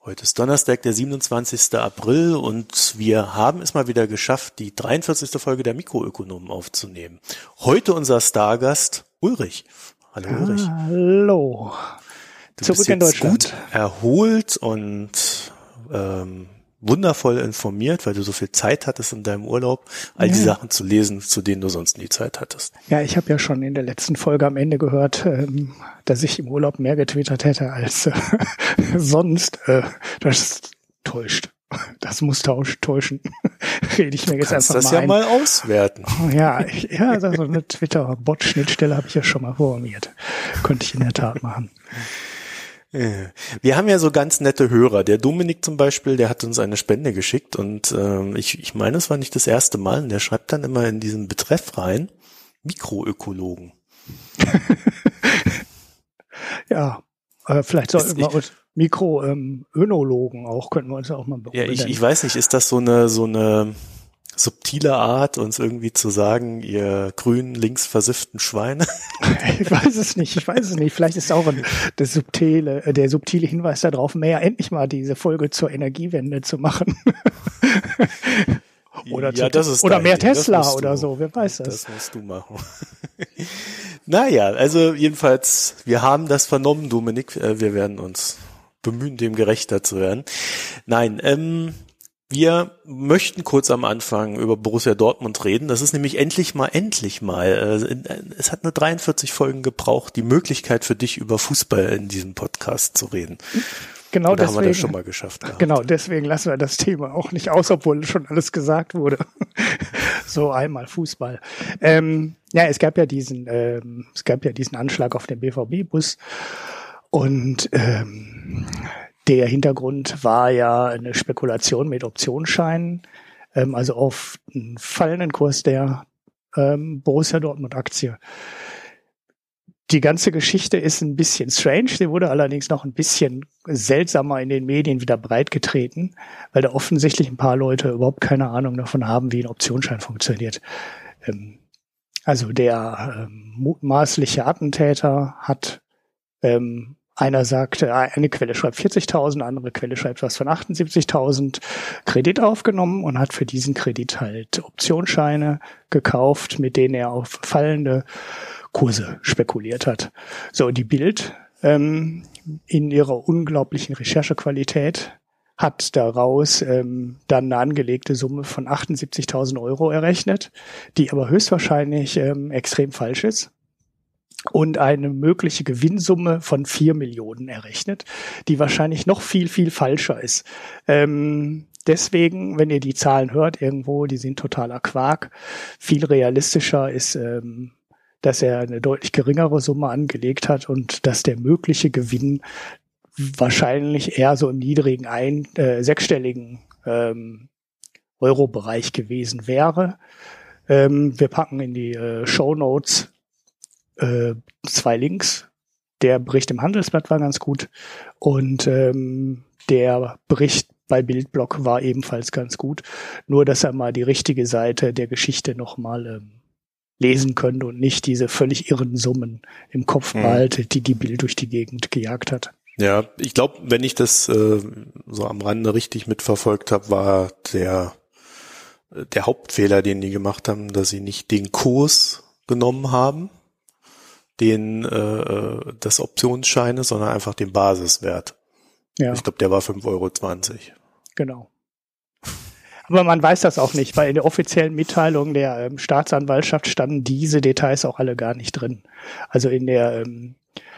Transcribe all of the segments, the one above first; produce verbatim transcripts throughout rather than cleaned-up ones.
Heute ist Donnerstag, der siebenundzwanzigster April und wir haben es mal wieder geschafft, die dreiundvierzigste Folge der Mikroökonomen aufzunehmen. Heute unser Stargast Ulrich. Hallo Ulrich. Hallo. Du Zurück bist in jetzt Deutschland. gut erholt und ähm, wundervoll informiert, weil du so viel Zeit hattest in deinem Urlaub, all Ja. die Sachen zu lesen, zu denen du sonst nie Zeit hattest. Ja, ich habe ja schon in der letzten Folge am Ende gehört, ähm, dass ich im Urlaub mehr getwittert hätte als äh, sonst. Äh, das täuscht. Das muss tausch, täuschen. Rede ich mir jetzt Kannst einfach das mal ja ein. mal auswerten. Ja, ich, ja, so eine Twitter-Bot-Schnittstelle habe ich ja schon mal programmiert. Könnte ich in der Tat machen. Wir haben ja so ganz nette Hörer. Der Dominik zum Beispiel, der hat uns eine Spende geschickt und ähm, ich, ich meine, es war nicht das erste Mal. Und der schreibt dann immer in diesen Betreff rein, Mikroökologen. Ja, äh, vielleicht sollten Ist- wir uns Mikroönologen auch, könnten wir uns ja auch mal Ja, ich, benennen. ich weiß nicht, ist das so eine so eine subtile Art, uns irgendwie zu sagen, ihr grün links versifften Schweine? Ich weiß es nicht, ich weiß es nicht. Vielleicht ist auch ein, das subtile, äh, der subtile Hinweis darauf, mehr endlich mal diese Folge zur Energiewende zu machen. oder Ja, zu, das ist oder dein mehr Ding, das Tesla musst oder du- so, wer weiß das. Das musst du machen. Naja, also jedenfalls, wir haben das vernommen, Dominik. Äh, Wir werden uns bemühen, dem gerechter zu werden. Nein, ähm, wir möchten kurz am Anfang über Borussia Dortmund reden. Das ist nämlich endlich mal, endlich mal. äh, Es hat nur dreiundvierzig Folgen gebraucht, die Möglichkeit für dich über Fußball in diesem Podcast zu reden. Genau Oder haben wir deswegen. das schon mal geschafft gehabt? Genau, deswegen lassen wir das Thema auch nicht aus, obwohl schon alles gesagt wurde. So einmal Fußball. Ähm, ja, es gab ja diesen, ähm, es gab ja diesen Anschlag auf den B V B-Bus und ähm, der Hintergrund war ja eine Spekulation mit Optionsscheinen, ähm, also auf einen fallenden Kurs der ähm, Borussia Dortmund-Aktie. Die ganze Geschichte ist ein bisschen strange, sie wurde allerdings noch ein bisschen seltsamer in den Medien wieder breitgetreten, weil da offensichtlich ein paar Leute überhaupt keine Ahnung davon haben, wie ein Optionsschein funktioniert. Ähm, also der ähm, mutmaßliche Attentäter hat, ähm, einer sagt, äh, eine Quelle schreibt vierzigtausend, andere Quelle schreibt was von achtundsiebzigtausend Kredit aufgenommen und hat für diesen Kredit halt Optionsscheine gekauft, mit denen er auf fallende Kurse spekuliert hat. So, die Bild ähm, in ihrer unglaublichen Recherchequalität hat daraus ähm, dann eine angelegte Summe von achtundsiebzigtausend Euro errechnet, die aber höchstwahrscheinlich ähm, extrem falsch ist und eine mögliche Gewinnsumme von vier Millionen errechnet, die wahrscheinlich noch viel, viel falscher ist. Ähm, deswegen, wenn ihr die Zahlen hört irgendwo, die sind totaler Quark. Viel realistischer ist, ähm, dass er eine deutlich geringere Summe angelegt hat und dass der mögliche Gewinn wahrscheinlich eher so im niedrigen ein äh, sechsstelligen ähm, Euro-Bereich gewesen wäre. Ähm, wir packen in die äh, Shownotes äh, zwei Links. Der Bericht im Handelsblatt war ganz gut und ähm, der Bericht bei Bildblock war ebenfalls ganz gut. Nur, dass er mal die richtige Seite der Geschichte nochmal ähm, lesen könnte und nicht diese völlig irren Summen im Kopf Hm. behaltet, die die Bild durch die Gegend gejagt hat. Ja, ich glaube, wenn ich das äh, so am Rande richtig mitverfolgt habe, war der der Hauptfehler, den die gemacht haben, dass sie nicht den Kurs genommen haben, den äh, des Optionsscheines, sondern einfach den Basiswert. Ja, Ich glaube, der war fünf Euro zwanzig. genau. Aber man weiß das auch nicht, weil in der offiziellen Mitteilung der ähm, Staatsanwaltschaft standen diese Details auch alle gar nicht drin. Also in der ähm,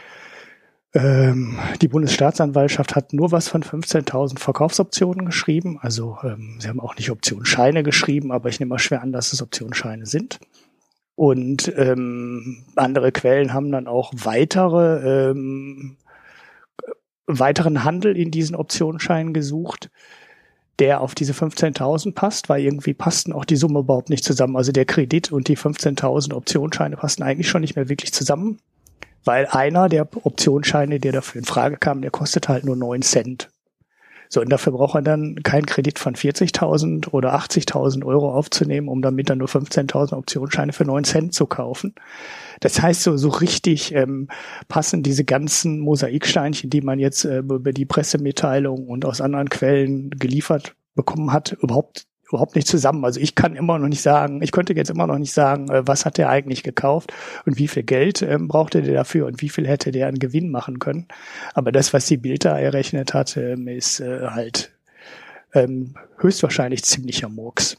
ähm, die Bundesstaatsanwaltschaft hat nur was von fünfzehntausend Verkaufsoptionen geschrieben. Also ähm, sie haben auch nicht Optionsscheine geschrieben, aber ich nehme mal schwer an, dass es Optionsscheine sind. Und ähm, andere Quellen haben dann auch weitere ähm, weiteren Handel in diesen Optionsscheinen gesucht, der auf diese fünfzehntausend passt, weil irgendwie passten auch die Summe überhaupt nicht zusammen. Also der Kredit und die fünfzehntausend Optionsscheine passten eigentlich schon nicht mehr wirklich zusammen, weil einer der Optionsscheine, der dafür in Frage kam, der kostet halt nur neun Cent. So, und dafür braucht er dann keinen Kredit von vierzigtausend oder achtzigtausend Euro aufzunehmen, um damit dann nur fünfzehntausend Optionsscheine für neun Cent zu kaufen. Das heißt, so, so richtig ähm, passen diese ganzen Mosaiksteinchen, die man jetzt äh, über die Pressemitteilung und aus anderen Quellen geliefert bekommen hat, überhaupt überhaupt nicht zusammen. Also ich kann immer noch nicht sagen, ich könnte jetzt immer noch nicht sagen, äh, was hat der eigentlich gekauft und wie viel Geld ähm, brauchte der dafür und wie viel hätte der an Gewinn machen können. Aber das, was die Bild da errechnet hat, ähm, ist äh, halt ähm, höchstwahrscheinlich ziemlicher Murks.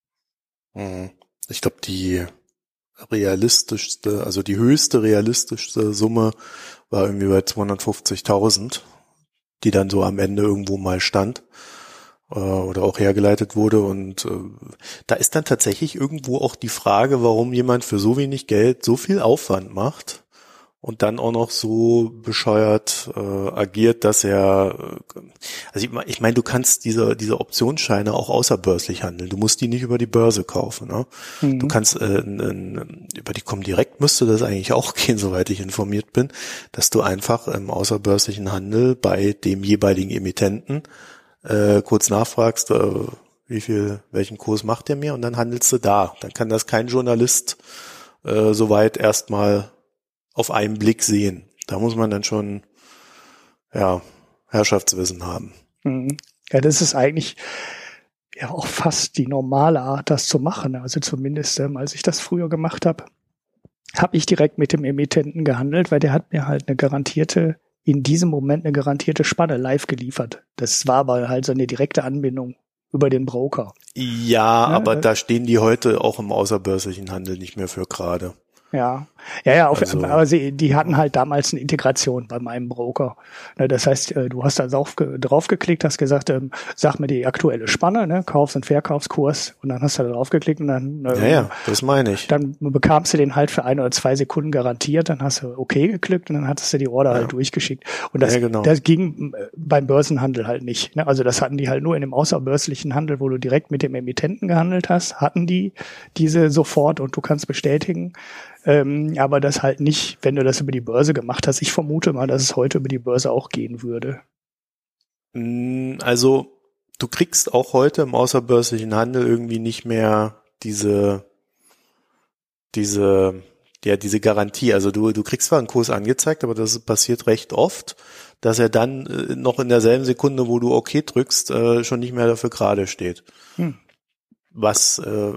Ich glaube, die realistischste, also die höchste realistischste Summe war irgendwie bei zweihundertfünfzigtausend, die dann so am Ende irgendwo mal stand oder auch hergeleitet wurde, und äh, da ist dann tatsächlich irgendwo auch die Frage, warum jemand für so wenig Geld so viel Aufwand macht und dann auch noch so bescheuert äh, agiert, dass er, äh, also ich, ich meine, du kannst diese diese Optionsscheine auch außerbörslich handeln, du musst die nicht über die Börse kaufen, ne? Mhm. Du kannst äh, n, n, über die Comdirect müsste das eigentlich auch gehen, soweit ich informiert bin, dass du einfach im außerbörslichen Handel bei dem jeweiligen Emittenten Äh, kurz nachfragst, äh, wie viel, welchen Kurs macht der mir, und dann handelst du da. Dann kann das kein Journalist äh, soweit erstmal auf einen Blick sehen. Da muss man dann schon, ja, Herrschaftswissen haben. Ja, das ist eigentlich ja auch fast die normale Art, das zu machen. Also zumindest, ähm, als ich das früher gemacht habe, habe ich direkt mit dem Emittenten gehandelt, weil der hat mir halt eine garantierte in diesem Moment eine garantierte Spanne live geliefert. Das war aber halt so eine direkte Anbindung über den Broker. Ja, ja, aber äh, da stehen die heute auch im außerbörslichen Handel nicht mehr für gerade. Ja, ja, ja, auf, also, aber sie, die hatten halt damals eine Integration bei meinem Broker. Das heißt, du hast da drauf, draufgeklickt, hast gesagt, ähm, sag mir die aktuelle Spanne, ne, Kaufs- und Verkaufskurs, und dann hast du da draufgeklickt und dann, ähm, ja, ja, das meine ich. Dann bekamst du den halt für ein oder zwei Sekunden garantiert, dann hast du okay geklickt und dann hattest du die Order ja. halt durchgeschickt. Und das, ja, genau. das ging beim Börsenhandel halt nicht. Ne? Also das hatten die halt nur in dem außerbörslichen Handel, wo du direkt mit dem Emittenten gehandelt hast, hatten die diese sofort, und du kannst bestätigen. Ähm, aber das halt nicht, wenn du das über die Börse gemacht hast. Ich vermute mal, dass es heute über die Börse auch gehen würde. Also du kriegst auch heute im außerbörslichen Handel irgendwie nicht mehr diese diese ja diese Garantie. Also du du kriegst zwar einen Kurs angezeigt, aber das passiert recht oft, dass er dann äh, noch in derselben Sekunde, wo du OK drückst, äh, schon nicht mehr dafür gerade steht. Hm. Was äh,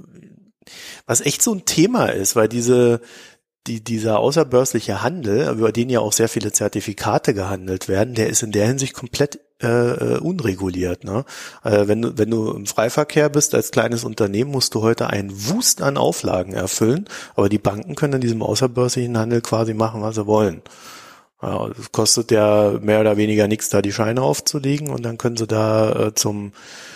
Was echt so ein Thema ist, weil diese, die, dieser außerbörsliche Handel, über den ja auch sehr viele Zertifikate gehandelt werden, der ist in der Hinsicht komplett äh, unreguliert. Ne? Äh, wenn du, wenn du im Freiverkehr bist als kleines Unternehmen, musst du heute einen Wust an Auflagen erfüllen, aber die Banken können in diesem außerbörslichen Handel quasi machen, was sie wollen. Ja, das kostet ja mehr oder weniger nichts, da die Scheine aufzulegen, und dann können sie da äh, zum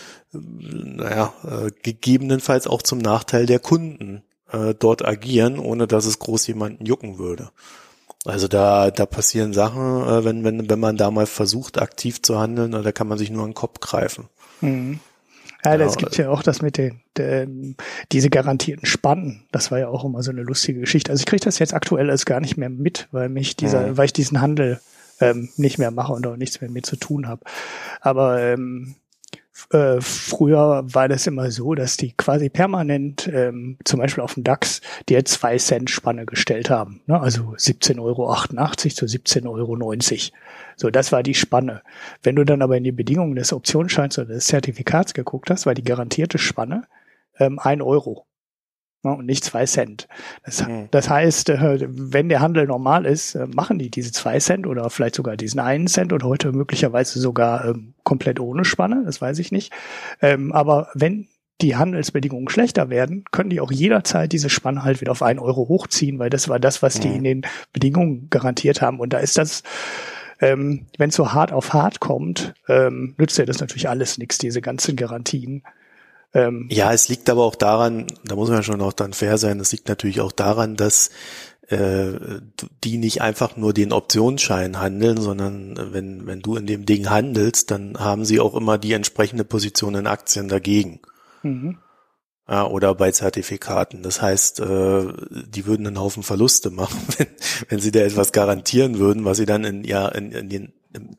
naja, äh, gegebenenfalls auch zum Nachteil der Kunden äh, dort agieren, ohne dass es groß jemanden jucken würde. Also da da passieren Sachen, äh, wenn wenn wenn man da mal versucht, aktiv zu handeln, da kann man sich nur an den Kopf greifen. Mhm. Ja, das ja, gibt ja auch das mit den, den, diese garantierten Spannen. Das war ja auch immer so eine lustige Geschichte. Also ich kriege das jetzt aktuell alles gar nicht mehr mit, weil mich dieser, mhm. weil ich diesen Handel ähm, nicht mehr mache und auch nichts mehr mit zu tun habe. Aber ähm, Äh, früher war das immer so, dass die quasi permanent, ähm, zum Beispiel auf dem DAX, die zwei Cent Spanne gestellt haben. Ne? Also siebzehn Euro achtundachtzig zu siebzehn Euro neunzig. So, das war die Spanne. Wenn du dann aber in die Bedingungen des Optionsscheins oder des Zertifikats geguckt hast, war die garantierte Spanne ähm, ein Euro. Und nicht zwei Cent. Das, mhm. das heißt, wenn der Handel normal ist, machen die diese zwei Cent oder vielleicht sogar diesen einen Cent und heute möglicherweise sogar ähm, komplett ohne Spanne, das weiß ich nicht. Ähm, aber wenn die Handelsbedingungen schlechter werden, können die auch jederzeit diese Spanne halt wieder auf einen Euro hochziehen, weil das war das, was mhm. die in den Bedingungen garantiert haben. Und da ist das, ähm, wenn es so hart auf hart kommt, ähm, nützt ja das natürlich alles nichts, diese ganzen Garantien. Ja, es liegt aber auch daran, da muss man schon auch dann fair sein, es liegt natürlich auch daran, dass äh, die nicht einfach nur den Optionsschein handeln, sondern wenn wenn du in dem Ding handelst, dann haben sie auch immer die entsprechende Position in Aktien dagegen. Mhm. Ja, oder bei Zertifikaten. Das heißt, äh, die würden einen Haufen Verluste machen, wenn, wenn sie da etwas garantieren würden, was sie dann in ja in, in den im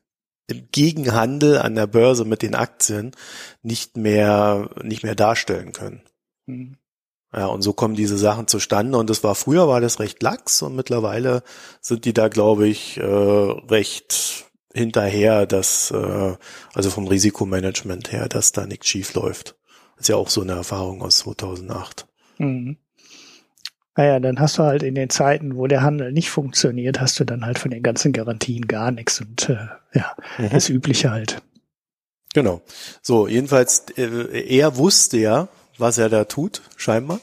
im Gegenhandel an der Börse mit den Aktien nicht mehr, nicht mehr darstellen können. Mhm. Ja, und so kommen diese Sachen zustande. Und das war früher war das recht lax und mittlerweile sind die da, glaube ich, äh, recht hinterher, dass äh, also vom Risikomanagement her, dass da nichts schief läuft. Das ist ja auch so eine Erfahrung aus zweitausendacht. Mhm. Naja, dann hast du halt in den Zeiten, wo der Handel nicht funktioniert, hast du dann halt von den ganzen Garantien gar nichts und äh, ja, mhm. das Übliche halt. Genau. So, jedenfalls, äh, er wusste ja, was er da tut, scheinbar.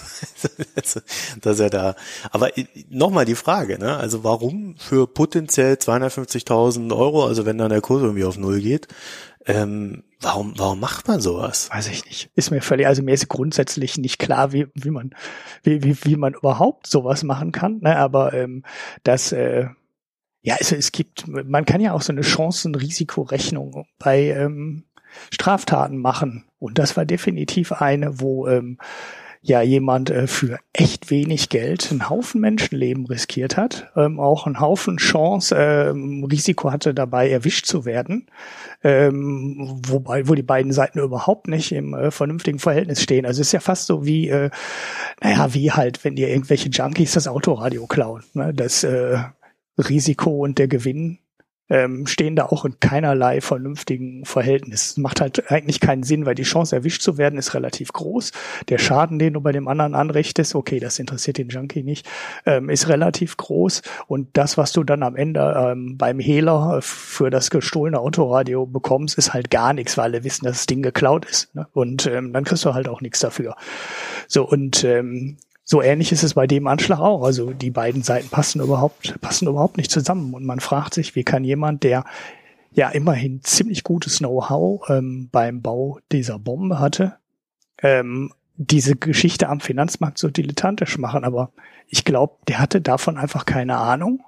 Dass er da, aber nochmal die Frage, ne? Also warum für potenziell zweihundertfünfzigtausend Euro, also wenn dann der Kurs irgendwie auf Null geht, ähm, warum, warum macht man sowas? Weiß ich nicht. Ist mir völlig, also mir ist grundsätzlich nicht klar, wie, wie man, wie, wie, wie man überhaupt sowas machen kann, ne? Aber, ähm, das, äh, ja, also es gibt, man kann ja auch so eine Chancen-Risikorechnung bei, ähm, Straftaten machen. Und das war definitiv eine, wo ähm, ja jemand äh, für echt wenig Geld einen Haufen Menschenleben riskiert hat, ähm, auch einen Haufen Chance, ähm, Risiko hatte dabei erwischt zu werden, ähm, wobei wo die beiden Seiten überhaupt nicht im äh, vernünftigen Verhältnis stehen. Also es ist ja fast so wie, äh, naja, wie halt, wenn dir irgendwelche Junkies das Autoradio klauen. Ne? Das äh, Risiko und der Gewinn Ähm, stehen da auch in keinerlei vernünftigen Verhältnis. Macht halt eigentlich keinen Sinn, weil die Chance erwischt zu werden ist relativ groß. Der Schaden, den du bei dem anderen anrichtest, okay, das interessiert den Junkie nicht, ähm, ist relativ groß. Und das, was du dann am Ende ähm, beim Hehler für das gestohlene Autoradio bekommst, ist halt gar nichts, weil alle wissen, dass das Ding geklaut ist. Ne? Und ähm, dann kriegst du halt auch nichts dafür. So, und ähm, so ähnlich ist es bei dem Anschlag auch. Also die beiden Seiten passen überhaupt, passen überhaupt nicht zusammen. Und man fragt sich, wie kann jemand, der ja immerhin ziemlich gutes Know-how ähm, beim Bau dieser Bombe hatte, ähm, diese Geschichte am Finanzmarkt so dilettantisch machen. Aber ich glaube, der hatte davon einfach keine Ahnung.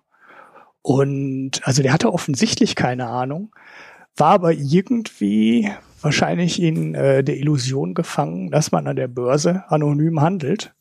Und also der hatte offensichtlich keine Ahnung, war aber irgendwie wahrscheinlich in äh, der Illusion gefangen, dass man an der Börse anonym handelt.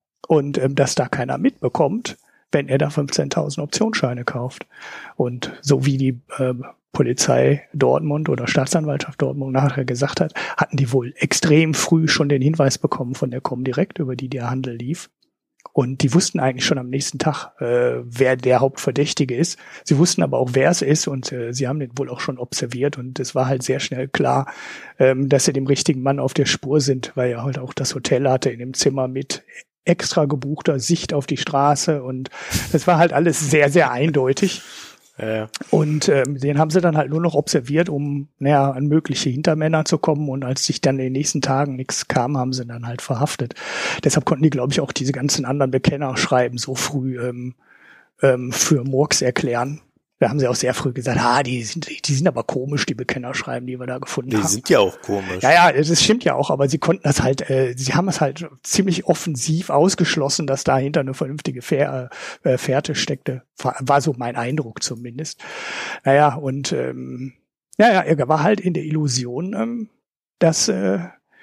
Und ähm, dass da keiner mitbekommt, wenn er da fünfzehntausend Optionsscheine kauft. Und so wie die äh, Polizei Dortmund oder Staatsanwaltschaft Dortmund nachher gesagt hat, hatten die wohl extrem früh schon den Hinweis bekommen von der Comdirect, über die der Handel lief. Und die wussten eigentlich schon am nächsten Tag, äh, wer der Hauptverdächtige ist. Sie wussten aber auch, wer es ist, und äh, sie haben den wohl auch schon observiert. Und es war halt sehr schnell klar, ähm, dass sie dem richtigen Mann auf der Spur sind, weil er halt auch das Hotel hatte in dem Zimmer mit extra gebuchter Sicht auf die Straße, und das war halt alles sehr, sehr eindeutig. Ja. Und ähm, den haben sie dann halt nur noch observiert, um naja, an mögliche Hintermänner zu kommen, und als sich dann in den nächsten Tagen nichts kam, haben sie dann halt verhaftet. Deshalb konnten die, glaube ich, auch diese ganzen anderen Bekennerschreiben so früh ähm, ähm, für Murks erklären. Da haben sie auch sehr früh gesagt, ah, die sind, die sind aber komisch, die Bekennerschreiben, die wir da gefunden die haben. Die sind ja auch komisch. Ja, ja, das stimmt ja auch, aber sie konnten das halt, äh, sie haben es halt ziemlich offensiv ausgeschlossen, dass dahinter eine vernünftige Fähr, äh, Fährte steckte. War, war so mein Eindruck zumindest. Naja, und ähm, ja, ja, er war halt in der Illusion, ähm, dass äh,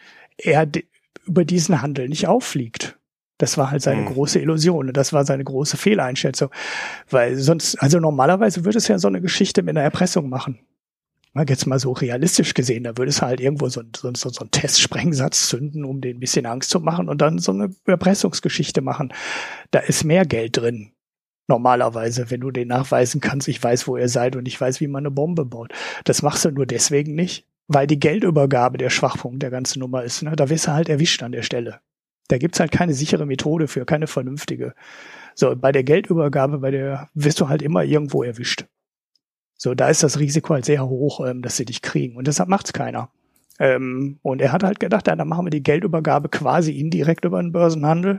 er de- über diesen Handel nicht auffliegt. Das war halt seine mhm. große Illusion, und das war seine große Fehleinschätzung. Weil sonst, also normalerweise würde es ja so eine Geschichte mit einer Erpressung machen. Mal jetzt mal so realistisch gesehen, da würde es halt irgendwo so, so, so, so einen Testsprengsatz zünden, um den ein bisschen Angst zu machen, und dann so eine Erpressungsgeschichte machen. Da ist mehr Geld drin. Normalerweise, wenn du den nachweisen kannst, ich weiß, wo ihr seid und ich weiß, wie man eine Bombe baut. Das machst du nur deswegen nicht, weil die Geldübergabe der Schwachpunkt der ganzen Nummer ist. Ne? Da wirst du halt erwischt an der Stelle. Da gibt's halt keine sichere Methode für, keine vernünftige. So, bei der Geldübergabe, bei der wirst du halt immer irgendwo erwischt. So, da ist das Risiko halt sehr hoch, ähm, dass sie dich kriegen. Und deshalb macht's keiner. Ähm, und er hat halt gedacht, ja, dann machen wir die Geldübergabe quasi indirekt über den Börsenhandel.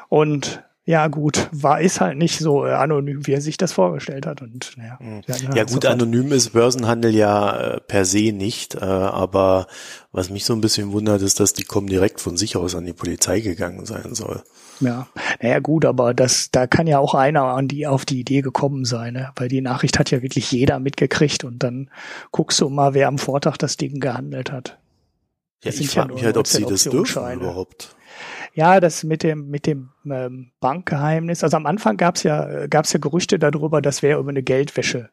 Und ja gut, war ist halt nicht so äh, anonym, wie er sich das vorgestellt hat. Und naja, ja, ja gut, anonym ist Börsenhandel ja äh, per se nicht, äh, aber was mich so ein bisschen wundert, ist, dass die Comdirect von sich aus an die Polizei gegangen sein soll. Ja, naja gut, aber das, da kann ja auch einer an die auf die Idee gekommen sein, ne? Weil die Nachricht hat ja wirklich jeder mitgekriegt, und dann guckst du mal, wer am Vortag das Ding gehandelt hat. Ja, ich frage mich halt, ob sie das dürfen überhaupt. Ja, das mit dem mit dem ähm, Bankgeheimnis. Also am Anfang gab's ja gab's ja Gerüchte darüber, das wäre über eine Geldwäsche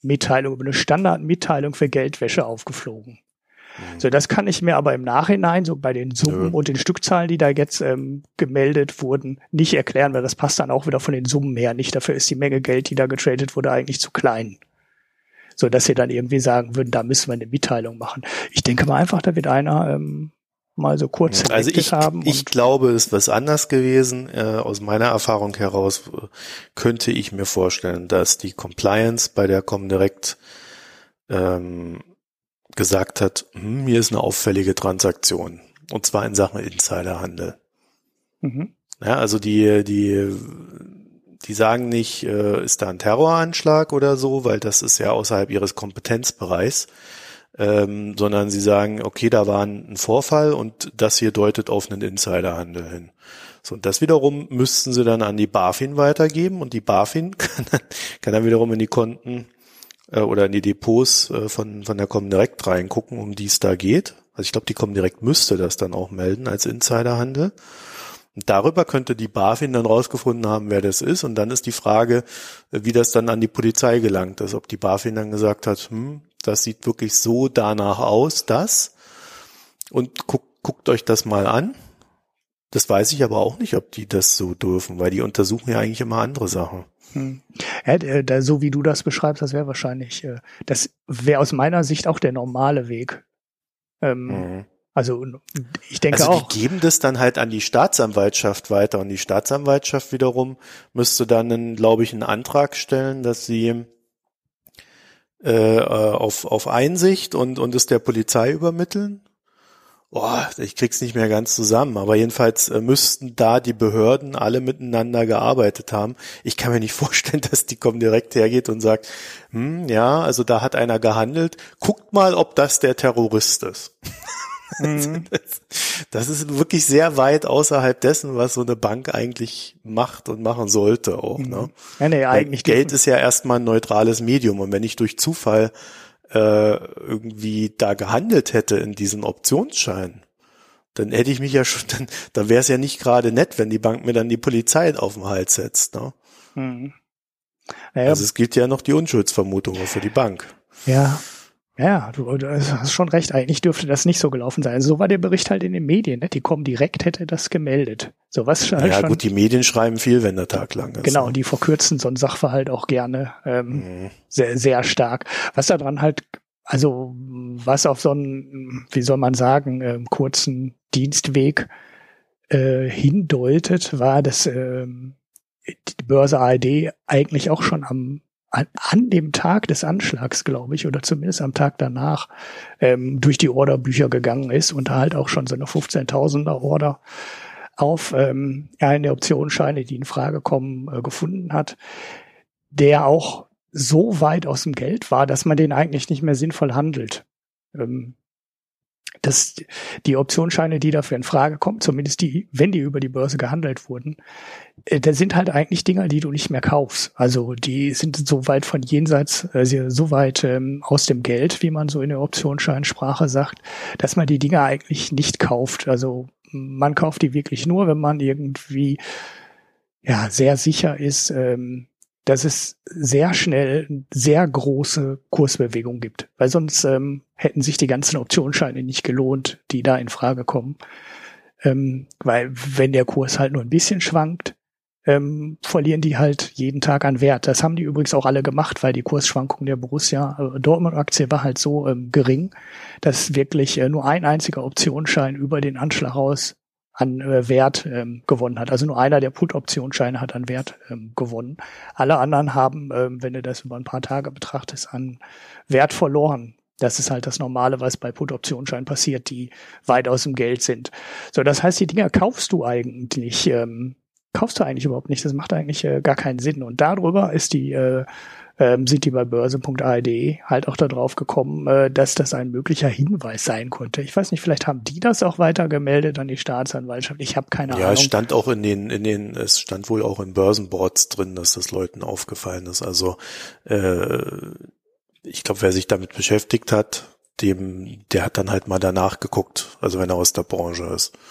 Mitteilung, über eine Standardmitteilung für Geldwäsche aufgeflogen. So, das kann ich mir aber im Nachhinein, so bei den Summen ja. und den Stückzahlen, die da jetzt ähm, gemeldet wurden, nicht erklären, weil das passt dann auch wieder von den Summen her nicht. Dafür ist die Menge Geld, die da getradet wurde, eigentlich zu klein. So, dass sie dann irgendwie sagen würden, da müssen wir eine Mitteilung machen. Ich denke mal einfach, da wird einer ähm, mal so kurz also ich, haben. Ich glaube, es ist was anders gewesen. Äh, aus meiner Erfahrung heraus äh, könnte ich mir vorstellen, dass die Compliance bei der Comdirect ähm, gesagt hat, hm, hier ist eine auffällige Transaktion. Und zwar in Sachen Insiderhandel. Mhm. Ja, also die, die, die sagen nicht, äh, ist da ein Terroranschlag oder so, weil das ist ja außerhalb ihres Kompetenzbereichs, ähm, sondern sie sagen, okay, da war ein Vorfall und das hier deutet auf einen Insiderhandel hin. So, und das wiederum müssten sie dann an die BaFin weitergeben und die BaFin kann dann, kann dann wiederum in die Konten oder in die Depots äh, von von der Comdirect reingucken, um die es da geht. Also ich glaube, die Comdirect müsste das dann auch melden als Insiderhandel. Und darüber könnte die BaFin dann rausgefunden haben, wer das ist. Und dann ist die Frage, wie das dann an die Polizei gelangt ist. Ob die BaFin dann gesagt hat, hm, das sieht wirklich so danach aus, das. Und guckt, guckt euch das mal an. Das weiß ich aber auch nicht, ob die das so dürfen, weil die untersuchen ja eigentlich immer andere Sachen. Hm. Ja, da, so wie du das beschreibst, das wäre wahrscheinlich, äh, das wäre aus meiner Sicht auch der normale Weg. Ähm, mhm. Also ich denke also auch. Die geben das dann halt an die Staatsanwaltschaft weiter und die Staatsanwaltschaft wiederum müsste dann, glaube ich, einen Antrag stellen, dass sie äh, auf auf Einsicht und und es der Polizei übermitteln. Boah, ich krieg's nicht mehr ganz zusammen, aber jedenfalls äh, müssten da die Behörden alle miteinander gearbeitet haben. Ich kann mir nicht vorstellen, dass die Comdirect hergeht und sagt, hm, ja, also da hat einer gehandelt, guckt mal, ob das der Terrorist ist. Mhm. das, das ist wirklich sehr weit außerhalb dessen, was so eine Bank eigentlich macht und machen sollte auch. Mhm. Ne? Ja, nee, eigentlich Geld ist ja erstmal ein neutrales Medium und wenn ich durch Zufall irgendwie da gehandelt hätte in diesen Optionsschein, dann hätte ich mich ja schon, dann, dann wäre es ja nicht gerade nett, wenn die Bank mir dann die Polizei auf den Hals setzt. Ne? Mhm. Naja. Also es gilt ja noch die Unschuldsvermutung für die Bank. Ja, ja, du, du hast schon recht, eigentlich dürfte das nicht so gelaufen sein. Also so war der Bericht halt in den Medien, ne? Die Comdirect hätte das gemeldet. So was halt ja schon, gut, die Medien schreiben viel, wenn der Tag lang ist. Genau, ne? Die verkürzen so einen Sachverhalt auch gerne ähm, mhm. sehr, sehr stark. Was da dran halt, also was auf so einen, wie soll man sagen, ähm, kurzen Dienstweg äh, hindeutet, war, dass ähm, die Börse A R D eigentlich auch schon am An, an dem Tag des Anschlags, glaube ich, oder zumindest am Tag danach, ähm, durch die Orderbücher gegangen ist und da halt auch schon so eine fünfzehntausender Order auf ähm, eine Optionsscheine, die in Frage kommen, äh, gefunden hat, der auch so weit aus dem Geld war, dass man den eigentlich nicht mehr sinnvoll handelt. Ähm, dass die Optionsscheine, die dafür in Frage kommen, zumindest die, wenn die über die Börse gehandelt wurden, äh, das sind halt eigentlich Dinger, die du nicht mehr kaufst. Also die sind so weit von jenseits, äh, so weit ähm, aus dem Geld, wie man so in der Optionsscheinsprache sagt, dass man die Dinger eigentlich nicht kauft. Also man kauft die wirklich nur, wenn man irgendwie ja sehr sicher ist, ähm, dass es sehr schnell sehr große Kursbewegung gibt. Weil sonst ähm, hätten sich die ganzen Optionsscheine nicht gelohnt, die da in Frage kommen. Ähm, weil wenn der Kurs halt nur ein bisschen schwankt, ähm, verlieren die halt jeden Tag an Wert. Das haben die übrigens auch alle gemacht, weil die Kursschwankung der Borussia äh, Dortmund-Aktie war halt so ähm, gering, dass wirklich äh, nur ein einziger Optionsschein über den Anschlag aus an äh, Wert ähm, gewonnen hat. Also nur einer der Put-Optionsscheine hat an Wert ähm, gewonnen. Alle anderen haben, ähm, wenn du das über ein paar Tage betrachtest, an Wert verloren. Das ist halt das Normale, was bei Put-Optionsscheinen passiert, die weit aus dem Geld sind. So, das heißt, die Dinger kaufst du eigentlich, ähm, kaufst du eigentlich überhaupt nicht. Das macht eigentlich äh, gar keinen Sinn. Und darüber ist die, äh, ähm, sind die bei börse punkt a r d halt auch da drauf gekommen, äh, dass das ein möglicher Hinweis sein konnte. Ich weiß nicht, vielleicht haben die das auch weiter gemeldet an die Staatsanwaltschaft. Ich habe keine ja, Ahnung. Ja, es stand auch in den, in den, es stand wohl auch in Börsenboards drin, dass das Leuten aufgefallen ist. Also äh, ich glaube, wer sich damit beschäftigt hat, dem, der hat dann halt mal danach geguckt, also wenn er aus der Branche ist.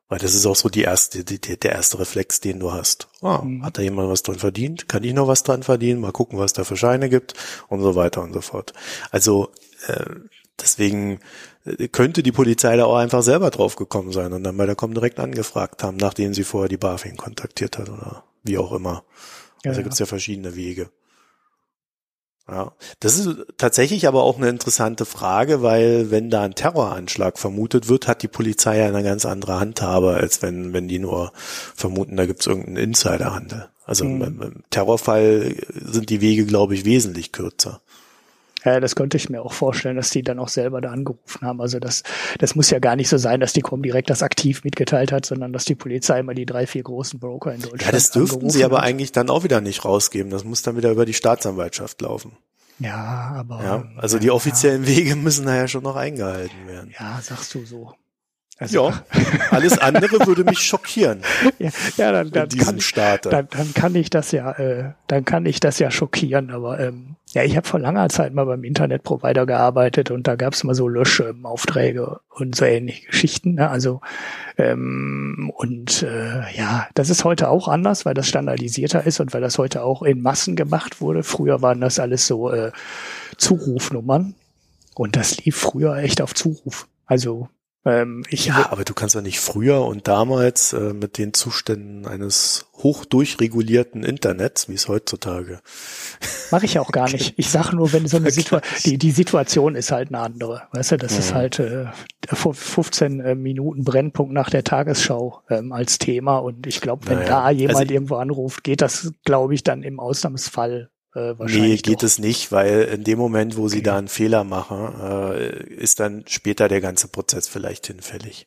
Weil das ist auch so die erste, die, der erste Reflex, den du hast. Ah, mhm. Hat da jemand was dran verdient? Kann ich noch was dran verdienen? Mal gucken, was da für Scheine gibt und so weiter und so fort. Also äh, deswegen könnte die Polizei da auch einfach selber drauf gekommen sein und dann bei der Comdirect angefragt haben, nachdem sie vorher die BaFin kontaktiert hat oder wie auch immer. Ja, also ja. gibt es ja verschiedene Wege. Ja, das ist tatsächlich aber auch eine interessante Frage, weil wenn da ein Terroranschlag vermutet wird, hat die Polizei ja eine ganz andere Handhabe, als wenn wenn die nur vermuten, da gibt es irgendeinen Insiderhandel. Also mhm. im, im Terrorfall sind die Wege, glaube ich, wesentlich kürzer. Ja, das könnte ich mir auch vorstellen, dass die dann auch selber da angerufen haben. Also das, das muss ja gar nicht so sein, dass die Comdirect das aktiv mitgeteilt hat, sondern dass die Polizei mal die drei, vier großen Broker in Deutschland Ja, das dürften sie aber hat. eigentlich dann auch wieder nicht rausgeben. Das muss dann wieder über die Staatsanwaltschaft laufen. Ja, aber... Ja, also die offiziellen ja. Wege müssen da ja schon noch eingehalten werden. Ja, sagst du so. Also, ja, alles andere würde mich schockieren. Ja, ja dann, dann, in kann, Staate. dann, dann kann ich das ja, äh, dann kann ich das ja schockieren. Aber ähm, ja, ich habe vor langer Zeit mal beim Internetprovider gearbeitet und da gab es mal so Löschaufträge und so ähnliche Geschichten. Ne? Also ähm, und äh, ja, das ist heute auch anders, weil das standardisierter ist und weil das heute auch in Massen gemacht wurde. Früher waren das alles so äh, Zurufnummern und das lief früher echt auf Zuruf. Also Ich ja, aber du kannst ja nicht früher und damals äh, mit den Zuständen eines hochdurchregulierten Internets, wie es heutzutage. Mache ich auch gar nicht. Ich sage nur, wenn so eine Situation, die, die Situation ist halt eine andere. Weißt du, das mhm. ist halt äh, fünfzehn äh, Minuten Brennpunkt nach der Tagesschau ähm, als Thema und ich glaube, wenn naja. da jemand also, irgendwo anruft, geht das, glaube ich, dann im Ausnahmsfall Nee, geht doch. Es nicht, weil in dem Moment, wo sie okay. da einen Fehler machen, äh, ist dann später der ganze Prozess vielleicht hinfällig.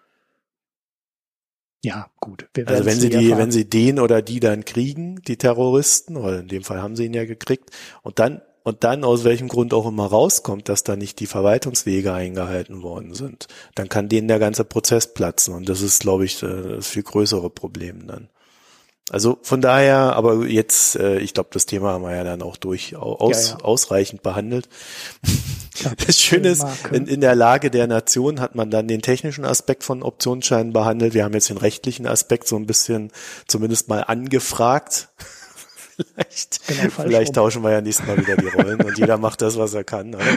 Ja, gut. Wir also wenn sie die, erfahren. wenn sie den oder die dann kriegen, die Terroristen, oder in dem Fall haben sie ihn ja gekriegt, und dann und dann aus welchem Grund auch immer rauskommt, dass da nicht die Verwaltungswege eingehalten worden sind, dann kann denen der ganze Prozess platzen und das ist, glaube ich, das viel größere Problem dann. Also von daher, aber jetzt, äh, ich glaube, das Thema haben wir ja dann auch durch aus, ja, ja. ausreichend behandelt. Ja, das Schöne ist, in, in der Lage der Nation hat man dann den technischen Aspekt von Optionsscheinen behandelt. Wir haben jetzt den rechtlichen Aspekt so ein bisschen zumindest mal angefragt. vielleicht genau, vielleicht tauschen wir ja nächstes Mal wieder die Rollen und jeder macht das, was er kann. Oder?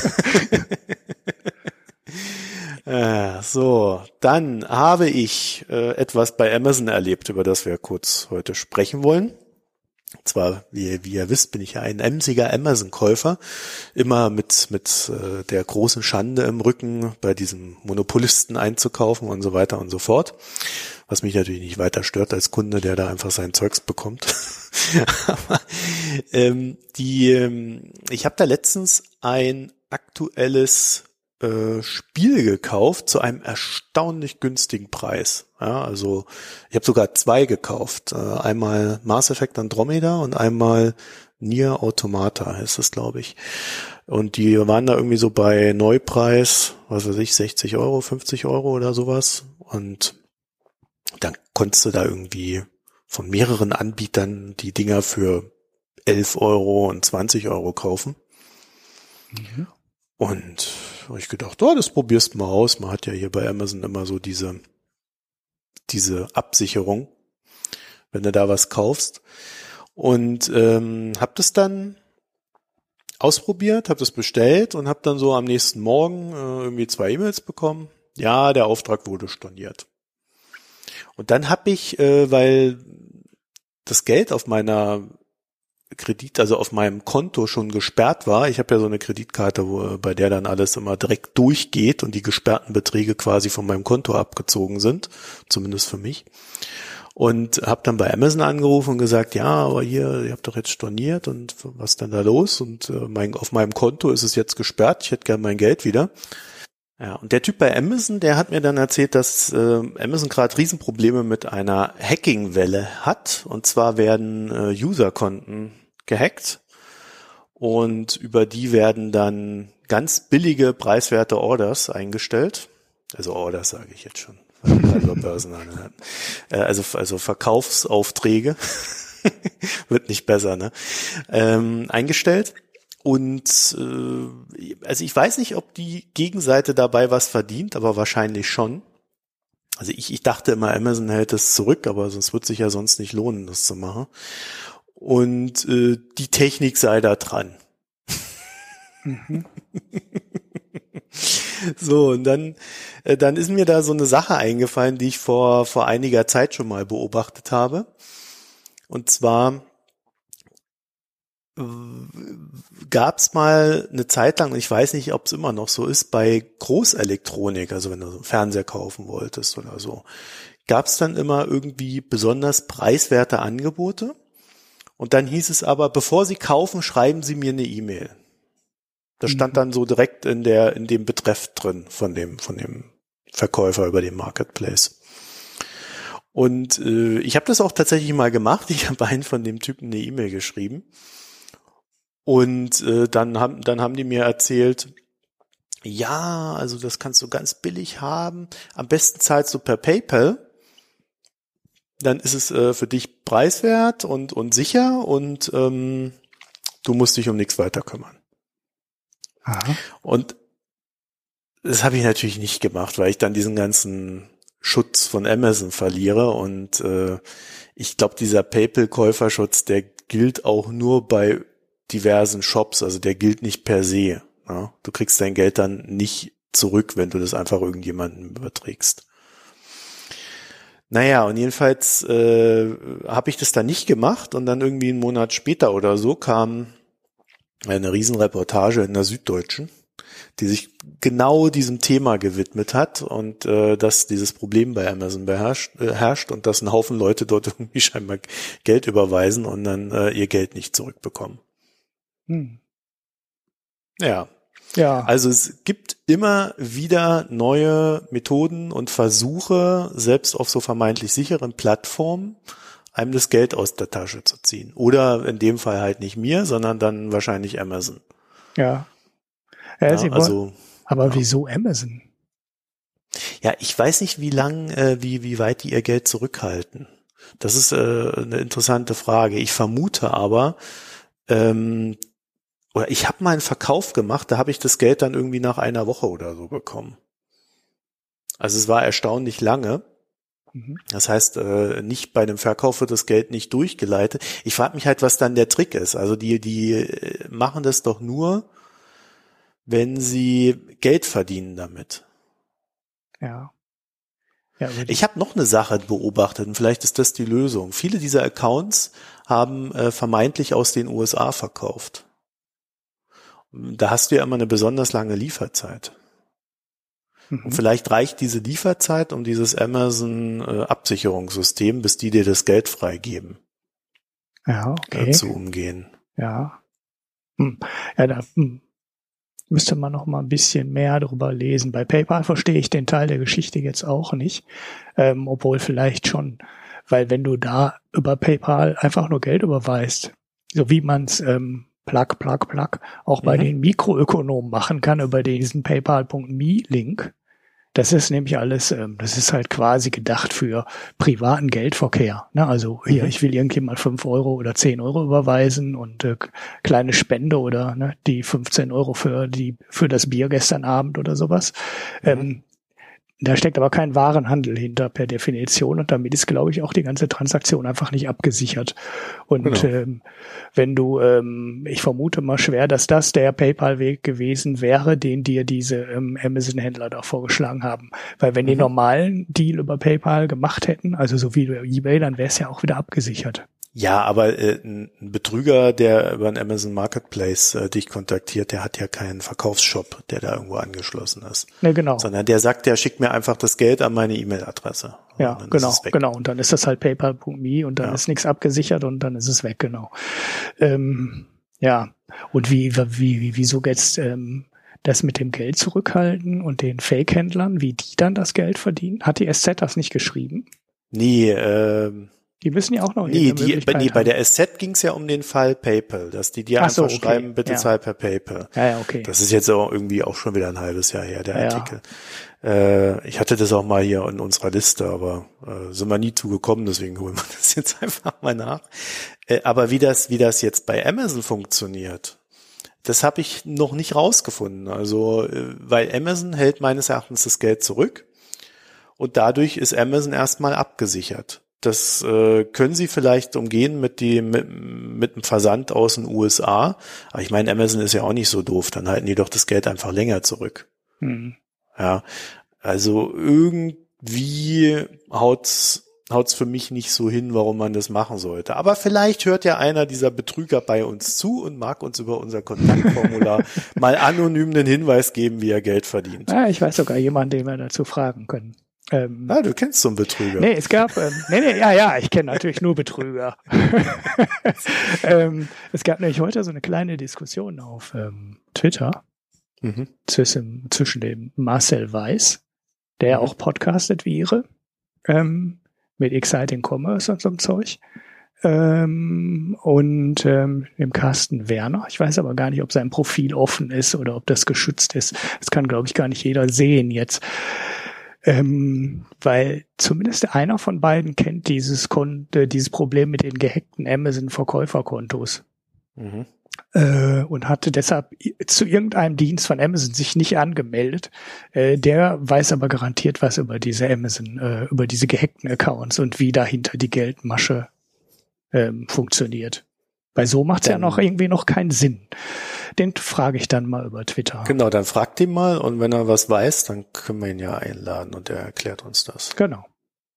Äh, so, dann habe ich äh, etwas bei Amazon erlebt, über das wir kurz heute sprechen wollen. Zwar, wie, wie ihr wisst, bin ich ja ein emsiger Amazon-Käufer, immer mit mit äh, der großen Schande im Rücken, bei diesem Monopolisten einzukaufen und so weiter und so fort. Was mich natürlich nicht weiter stört als Kunde, der da einfach sein Zeugs bekommt. Aber ähm, die, ähm, ich habe da letztens ein aktuelles Spiel gekauft zu einem erstaunlich günstigen Preis. Ja, also ich habe sogar zwei gekauft. Einmal Mass Effect Andromeda und einmal Nier Automata heißt es, glaube ich. Und die waren da irgendwie so bei Neupreis, was weiß ich, sechzig Euro, fünfzig Euro oder sowas. Und dann konntest du da irgendwie von mehreren Anbietern die Dinger für elf Euro und zwanzig Euro kaufen. Mhm. Und habe ich gedacht, oh, das probierst du mal aus. Man hat ja hier bei Amazon immer so diese diese Absicherung, wenn du da was kaufst. Und ähm, habe das dann ausprobiert, habe das bestellt und habe dann so am nächsten Morgen äh, irgendwie zwei E-Mails bekommen. Ja, der Auftrag wurde storniert. Und dann habe ich, äh, weil das Geld auf meiner Kredit, also auf meinem Konto schon gesperrt war. Ich habe ja so eine Kreditkarte, wo, bei der dann alles immer direkt durchgeht und die gesperrten Beträge quasi von meinem Konto abgezogen sind, zumindest für mich. Und habe dann bei Amazon angerufen und gesagt, ja, aber hier, ihr habt doch jetzt storniert und was ist denn da los? Und äh, mein, auf meinem Konto ist es jetzt gesperrt, ich hätte gern mein Geld wieder. Ja, und der Typ bei Amazon, der hat mir dann erzählt, dass äh, Amazon gerade Riesenprobleme mit einer Hacking-Welle hat. Und zwar werden äh, User-Konten gehackt und über die werden dann ganz billige, preiswerte Orders eingestellt. Also Orders sage ich jetzt schon. Also Börsenhandel hatten. Also, also Verkaufsaufträge. Wird nicht besser, ne? Ähm, eingestellt. Und äh, also ich weiß nicht, ob die Gegenseite dabei was verdient, aber wahrscheinlich schon. Also ich, ich dachte immer, Amazon hält es zurück, aber sonst wird sich ja sonst nicht lohnen, das zu machen. Und äh, die Technik sei da dran. Mhm. So, und dann, äh, dann ist mir da so eine Sache eingefallen, die ich vor, vor einiger Zeit schon mal beobachtet habe. Und zwar gab es mal eine Zeit lang, und ich weiß nicht, ob es immer noch so ist, bei Großelektronik, also wenn du so einen Fernseher kaufen wolltest oder so, gab es dann immer irgendwie besonders preiswerte Angebote. Und dann hieß es aber, bevor Sie kaufen, schreiben Sie mir eine E-Mail. Das stand dann so direkt in der, in dem Betreff drin von dem, von dem Verkäufer über den Marketplace. Und äh, ich habe das auch tatsächlich mal gemacht. Ich habe einen von dem Typen eine E-Mail geschrieben. Und äh, dann haben, dann haben die mir erzählt, ja, also das kannst du ganz billig haben. Am besten zahlst du per PayPal. Dann ist es äh, für dich preiswert und, und sicher und ähm, du musst dich um nichts weiter kümmern. Aha. Und das habe ich natürlich nicht gemacht, weil ich dann diesen ganzen Schutz von Amazon verliere und äh, ich glaube, dieser PayPal-Käuferschutz, der gilt auch nur bei diversen Shops, also der gilt nicht per se. Ja? Du kriegst dein Geld dann nicht zurück, wenn du das einfach irgendjemandem überträgst. Naja, und jedenfalls äh, habe ich das dann nicht gemacht und dann irgendwie einen Monat später oder so kam eine Riesenreportage in der Süddeutschen, die sich genau diesem Thema gewidmet hat und äh, dass dieses Problem bei Amazon beherrscht, äh, herrscht und dass ein Haufen Leute dort irgendwie scheinbar Geld überweisen und dann äh, ihr Geld nicht zurückbekommen. Hm. Ja. Ja. Also es gibt immer wieder neue Methoden und Versuche, selbst auf so vermeintlich sicheren Plattformen, einem das Geld aus der Tasche zu ziehen. Oder in dem Fall halt nicht mir, sondern dann wahrscheinlich Amazon. Ja. Ja, Ja, sie also, wollen, aber ja. wieso Amazon? Ja, ich weiß nicht, wie lang, äh, wie, wie weit die ihr Geld zurückhalten. Das ist äh, eine interessante Frage. Ich vermute aber, ähm, oder ich habe mal einen Verkauf gemacht, da habe ich das Geld dann irgendwie nach einer Woche oder so bekommen. Also es war erstaunlich lange. Mhm. Das heißt, äh, nicht bei einem Verkauf wird das Geld nicht durchgeleitet. Ich frage mich halt, was dann der Trick ist. Also die, die äh, machen das doch nur, wenn sie Geld verdienen damit. Ja. Ja, aber die- Ich habe noch eine Sache beobachtet und vielleicht ist das die Lösung. Viele dieser Accounts haben äh, vermeintlich aus den U S A verkauft. Da hast du ja immer eine besonders lange Lieferzeit. Und Mhm. vielleicht reicht diese Lieferzeit um dieses Amazon-Absicherungssystem, bis die dir das Geld freigeben, Ja, okay. äh, zu umgehen. Ja. Hm. Ja, da hm. müsste man noch mal ein bisschen mehr darüber lesen. Bei PayPal verstehe ich den Teil der Geschichte jetzt auch nicht, ähm, obwohl vielleicht schon, weil wenn du da über PayPal einfach nur Geld überweist, so wie man es ähm, Plug, Plug, Plug auch bei Mhm. den Mikroökonomen machen kann über diesen PayPal Punkt me-Link. Das ist nämlich alles, ähm, das ist halt quasi gedacht für privaten Geldverkehr. Ne? Also hier, Mhm. ich will irgendjemand fünf Euro oder zehn Euro überweisen und äh, kleine Spende oder ne, die fünfzehn Euro für die für das Bier gestern Abend oder sowas. Mhm. Ähm, da steckt aber kein Warenhandel hinter per Definition und damit ist, glaube ich, auch die ganze Transaktion einfach nicht abgesichert. Und Genau. ähm, wenn du, ähm, ich vermute mal schwer, dass das der PayPal-Weg gewesen wäre, den dir diese ähm, Amazon-Händler da vorgeschlagen haben. Weil wenn die Mhm. normalen Deal über PayPal gemacht hätten, also so wie über eBay, dann wäre es ja auch wieder abgesichert. Ja, aber äh, ein Betrüger, der über einen Amazon Marketplace äh, dich kontaktiert, der hat ja keinen Verkaufsshop, der da irgendwo angeschlossen ist. Ne, genau. Sondern der sagt, der schickt mir einfach das Geld an meine E-Mail-Adresse. Ja, Und dann genau, ist es weg. genau. Und dann ist das halt PayPal Punkt me und dann Ja. ist nichts abgesichert und dann ist es weg, genau. Ähm, ja, und wie, wie, wie wieso jetzt ähm, das mit dem Geld zurückhalten und den Fake-Händlern, wie die dann das Geld verdienen? Hat die S Z das nicht geschrieben? Nee, ähm, Die müssen ja auch noch nee, irgendeine die, Möglichkeit bei, nee, bei haben. der S Z ging es ja um den Fall PayPal, dass die dir Ach so, einfach okay. schreiben, bitte Ja. zahl per PayPal. Ja, ja, okay. Das ist jetzt auch irgendwie auch schon wieder ein halbes Jahr her, der Ja. Artikel. Äh, ich hatte das auch mal hier in unserer Liste, aber äh, sind wir nie zugekommen, deswegen holen wir das jetzt einfach mal nach. Äh, aber wie das, wie das jetzt bei Amazon funktioniert, das habe ich noch nicht rausgefunden. Also, äh, weil Amazon hält meines Erachtens das Geld zurück und dadurch ist Amazon erstmal abgesichert. Das äh, können sie vielleicht umgehen mit dem mit, mit dem Versand aus den U S A. Aber ich meine, Amazon ist ja auch nicht so doof. Dann halten die doch das Geld einfach länger zurück. Hm. Ja, also irgendwie haut's haut's für mich nicht so hin, warum man das machen sollte. Aber vielleicht hört ja einer dieser Betrüger bei uns zu und mag uns über unser Kontaktformular mal anonym den Hinweis geben, wie er Geld verdient. Ja, ich weiß sogar jemanden, den wir dazu fragen können. Ähm, ah, du kennst so einen Betrüger. Nee, es gab, ähm, nee, nee, ja, ja, ich kenne natürlich nur Betrüger. ähm, es gab nämlich heute so eine kleine Diskussion auf ähm, Twitter mhm. zwischen, zwischen dem Marcel Weiß, der mhm. auch podcastet wie ihre, ähm, mit Exciting Commerce und so einem Zeug, ähm, und ähm, dem Carsten Werner. Ich weiß aber gar nicht, ob sein Profil offen ist oder ob das geschützt ist. Das kann, glaube ich, gar nicht jeder sehen jetzt. Ähm, weil zumindest einer von beiden kennt dieses Kon- äh, dieses Problem mit den gehackten Amazon-Verkäuferkontos. Mhm. Äh, und hatte deshalb zu irgendeinem Dienst von Amazon sich nicht angemeldet. Äh, der weiß aber garantiert was über diese Amazon, äh, über diese gehackten Accounts und wie dahinter die Geldmasche ähm, funktioniert. Weil so macht's ja noch irgendwie noch keinen Sinn. Den frage ich dann mal über Twitter. Genau, dann fragt ihn mal und wenn er was weiß, dann können wir ihn ja einladen und er erklärt uns das. Genau.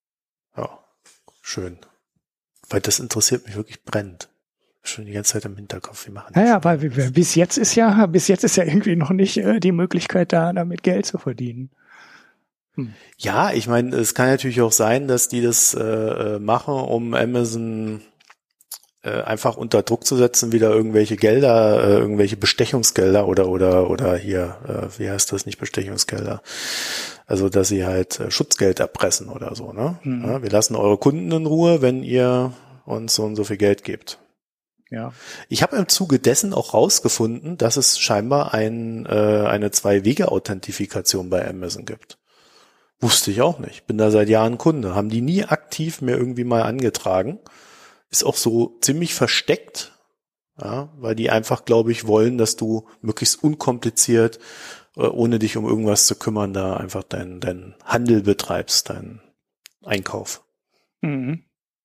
Ja, schön. Weil das interessiert mich wirklich brennend. Schon die ganze Zeit im Hinterkopf. Wir machen das. Naja, weil wir, bis jetzt ist ja, bis jetzt ist ja irgendwie noch nicht äh, die Möglichkeit da, damit Geld zu verdienen. Hm. Ja, ich meine, es kann natürlich auch sein, dass die das äh, machen, um Amazon einfach unter Druck zu setzen, wieder irgendwelche Gelder, äh, irgendwelche Bestechungsgelder oder oder oder hier, äh, wie heißt das, nicht Bestechungsgelder, also dass sie halt äh, Schutzgeld erpressen oder so, ne? Mhm. Ja, wir lassen eure Kunden in Ruhe, wenn ihr uns so und so viel Geld gebt. Ja. Ich habe im Zuge dessen auch rausgefunden, dass es scheinbar ein äh, eine Zwei-Wege-Authentifikation bei Amazon gibt. Wusste ich auch nicht. Bin da seit Jahren Kunde. Haben die nie aktiv mir irgendwie mal angetragen. Ist auch so ziemlich versteckt, ja, weil die einfach, glaube ich, wollen, dass du möglichst unkompliziert, äh, ohne dich um irgendwas zu kümmern, da einfach deinen deinen Handel betreibst, deinen Einkauf. Mhm.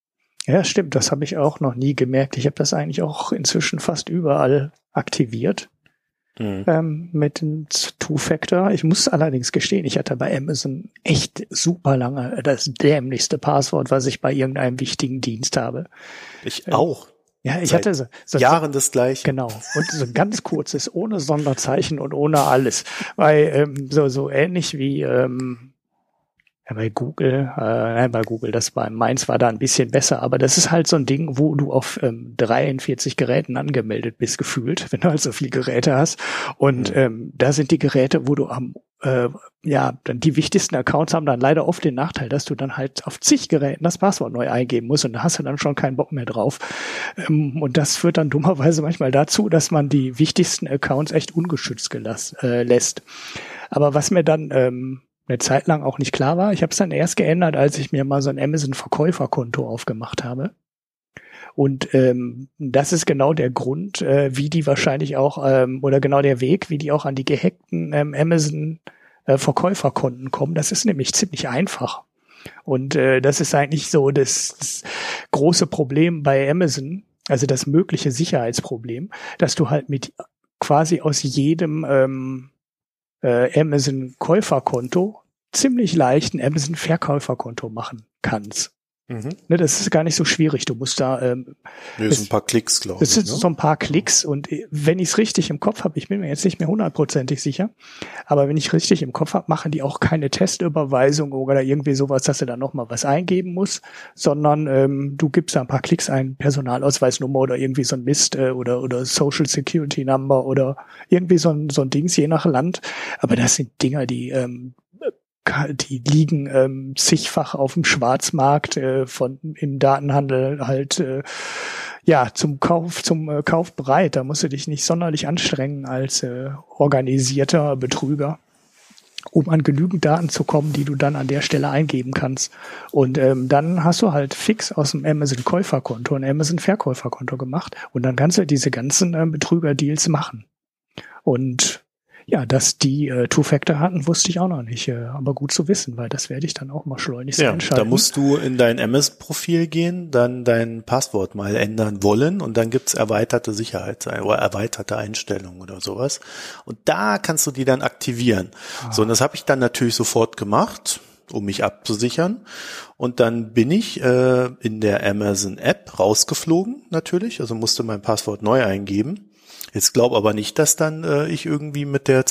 Ja, stimmt. Das habe ich auch noch nie gemerkt. Ich habe das eigentlich auch inzwischen fast überall aktiviert. Mhm. Ähm, mit dem Two-Factor. Ich muss allerdings gestehen, ich hatte bei Amazon echt super lange das dämlichste Passwort, was ich bei irgendeinem wichtigen Dienst habe. Ich ähm, auch. Ja, ich Seit hatte so, so Jahren das gleiche. Genau. Und so ein ganz kurzes, ohne Sonderzeichen und ohne alles. Weil ähm, so so ähnlich wie ähm, ja, bei Google, äh, nein, bei Google, das war meins war da ein bisschen besser, aber das ist halt so ein Ding, wo du auf ähm, dreiundvierzig Geräten angemeldet bist, gefühlt, wenn du halt so viele Geräte hast. Und mhm. ähm, da sind die Geräte, wo du am äh, ja, dann die wichtigsten Accounts haben dann leider oft den Nachteil, dass du dann halt auf zig Geräten das Passwort neu eingeben musst und da hast du dann schon keinen Bock mehr drauf. Ähm, und das führt dann dummerweise manchmal dazu, dass man die wichtigsten Accounts echt ungeschützt gelass, äh, lässt. Aber was mir dann ähm, eine Zeit lang auch nicht klar war, ich habe es dann erst geändert, als ich mir mal so ein Amazon-Verkäuferkonto aufgemacht habe. Und ähm, das ist genau der Grund, äh, wie die wahrscheinlich auch, ähm, oder genau der Weg, wie die auch an die gehackten ähm, Amazon-Verkäuferkonten kommen. Das ist nämlich ziemlich einfach. Und äh, das ist eigentlich so das, das große Problem bei Amazon, also das mögliche Sicherheitsproblem, dass du halt mit quasi aus jedem ähm, äh, Amazon-Käuferkonto ziemlich leicht ein Amazon-Verkäuferkonto machen kannst. Mhm. Ne, das ist gar nicht so schwierig. Du musst da ähm, nee, das sind ein paar Klicks, glaube ich. Das sind ne? so ein paar Klicks und wenn ich es richtig im Kopf habe, ich bin mir jetzt nicht mehr hundertprozentig sicher, aber wenn ich richtig im Kopf habe, machen die auch keine Testüberweisung oder irgendwie sowas, dass du da nochmal was eingeben musst, sondern ähm, du gibst da ein paar Klicks ein, Personalausweisnummer oder irgendwie so ein Mist äh, oder oder Social Security Number oder irgendwie so ein so ein Dings, je nach Land. Aber das sind Dinger, die ähm, die liegen ähm, zigfach auf dem Schwarzmarkt äh, von im Datenhandel halt äh, ja zum Kauf zum äh, Kauf bereit. Da musst du dich nicht sonderlich anstrengen als äh, organisierter Betrüger, um an genügend Daten zu kommen, die du dann an der Stelle eingeben kannst. Und ähm, dann hast du halt fix aus dem Amazon Käuferkonto ein Amazon Verkäuferkonto gemacht und dann kannst du diese ganzen äh, Betrüger-Deals machen. Und Ja, dass die äh, Two-Factor hatten, wusste ich auch noch nicht. Äh, aber gut zu wissen, weil das werde ich dann auch mal schleunigst Ja, einschalten. da musst du in dein Amazon-Profil gehen, dann dein Passwort mal ändern wollen und dann gibt's erweiterte Sicherheit oder erweiterte Einstellungen oder sowas. Und da kannst du die dann aktivieren. Ah. So, und das habe ich dann natürlich sofort gemacht, um mich abzusichern. Und dann bin ich äh, in der Amazon-App rausgeflogen natürlich, also musste mein Passwort neu eingeben. Jetzt glaube aber nicht, dass dann äh, ich irgendwie mit der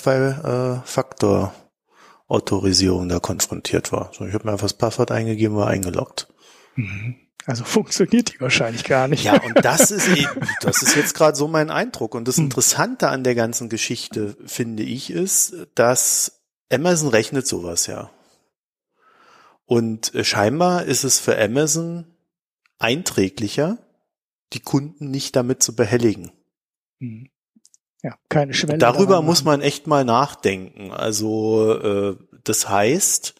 Zwei-Faktor-Autorisierung da konfrontiert war. So, ich habe mir einfach das Passwort eingegeben, war eingeloggt. Also funktioniert die wahrscheinlich gar nicht. Ja, und das ist eben, das ist jetzt gerade so mein Eindruck. Und das Interessante an der ganzen Geschichte, finde ich, ist, dass Amazon rechnet sowas ja. Und scheinbar ist es für Amazon einträglicher, die Kunden nicht damit zu behelligen. Ja, keine Schwelle. Darüber muss man echt mal nachdenken. Also äh, das heißt,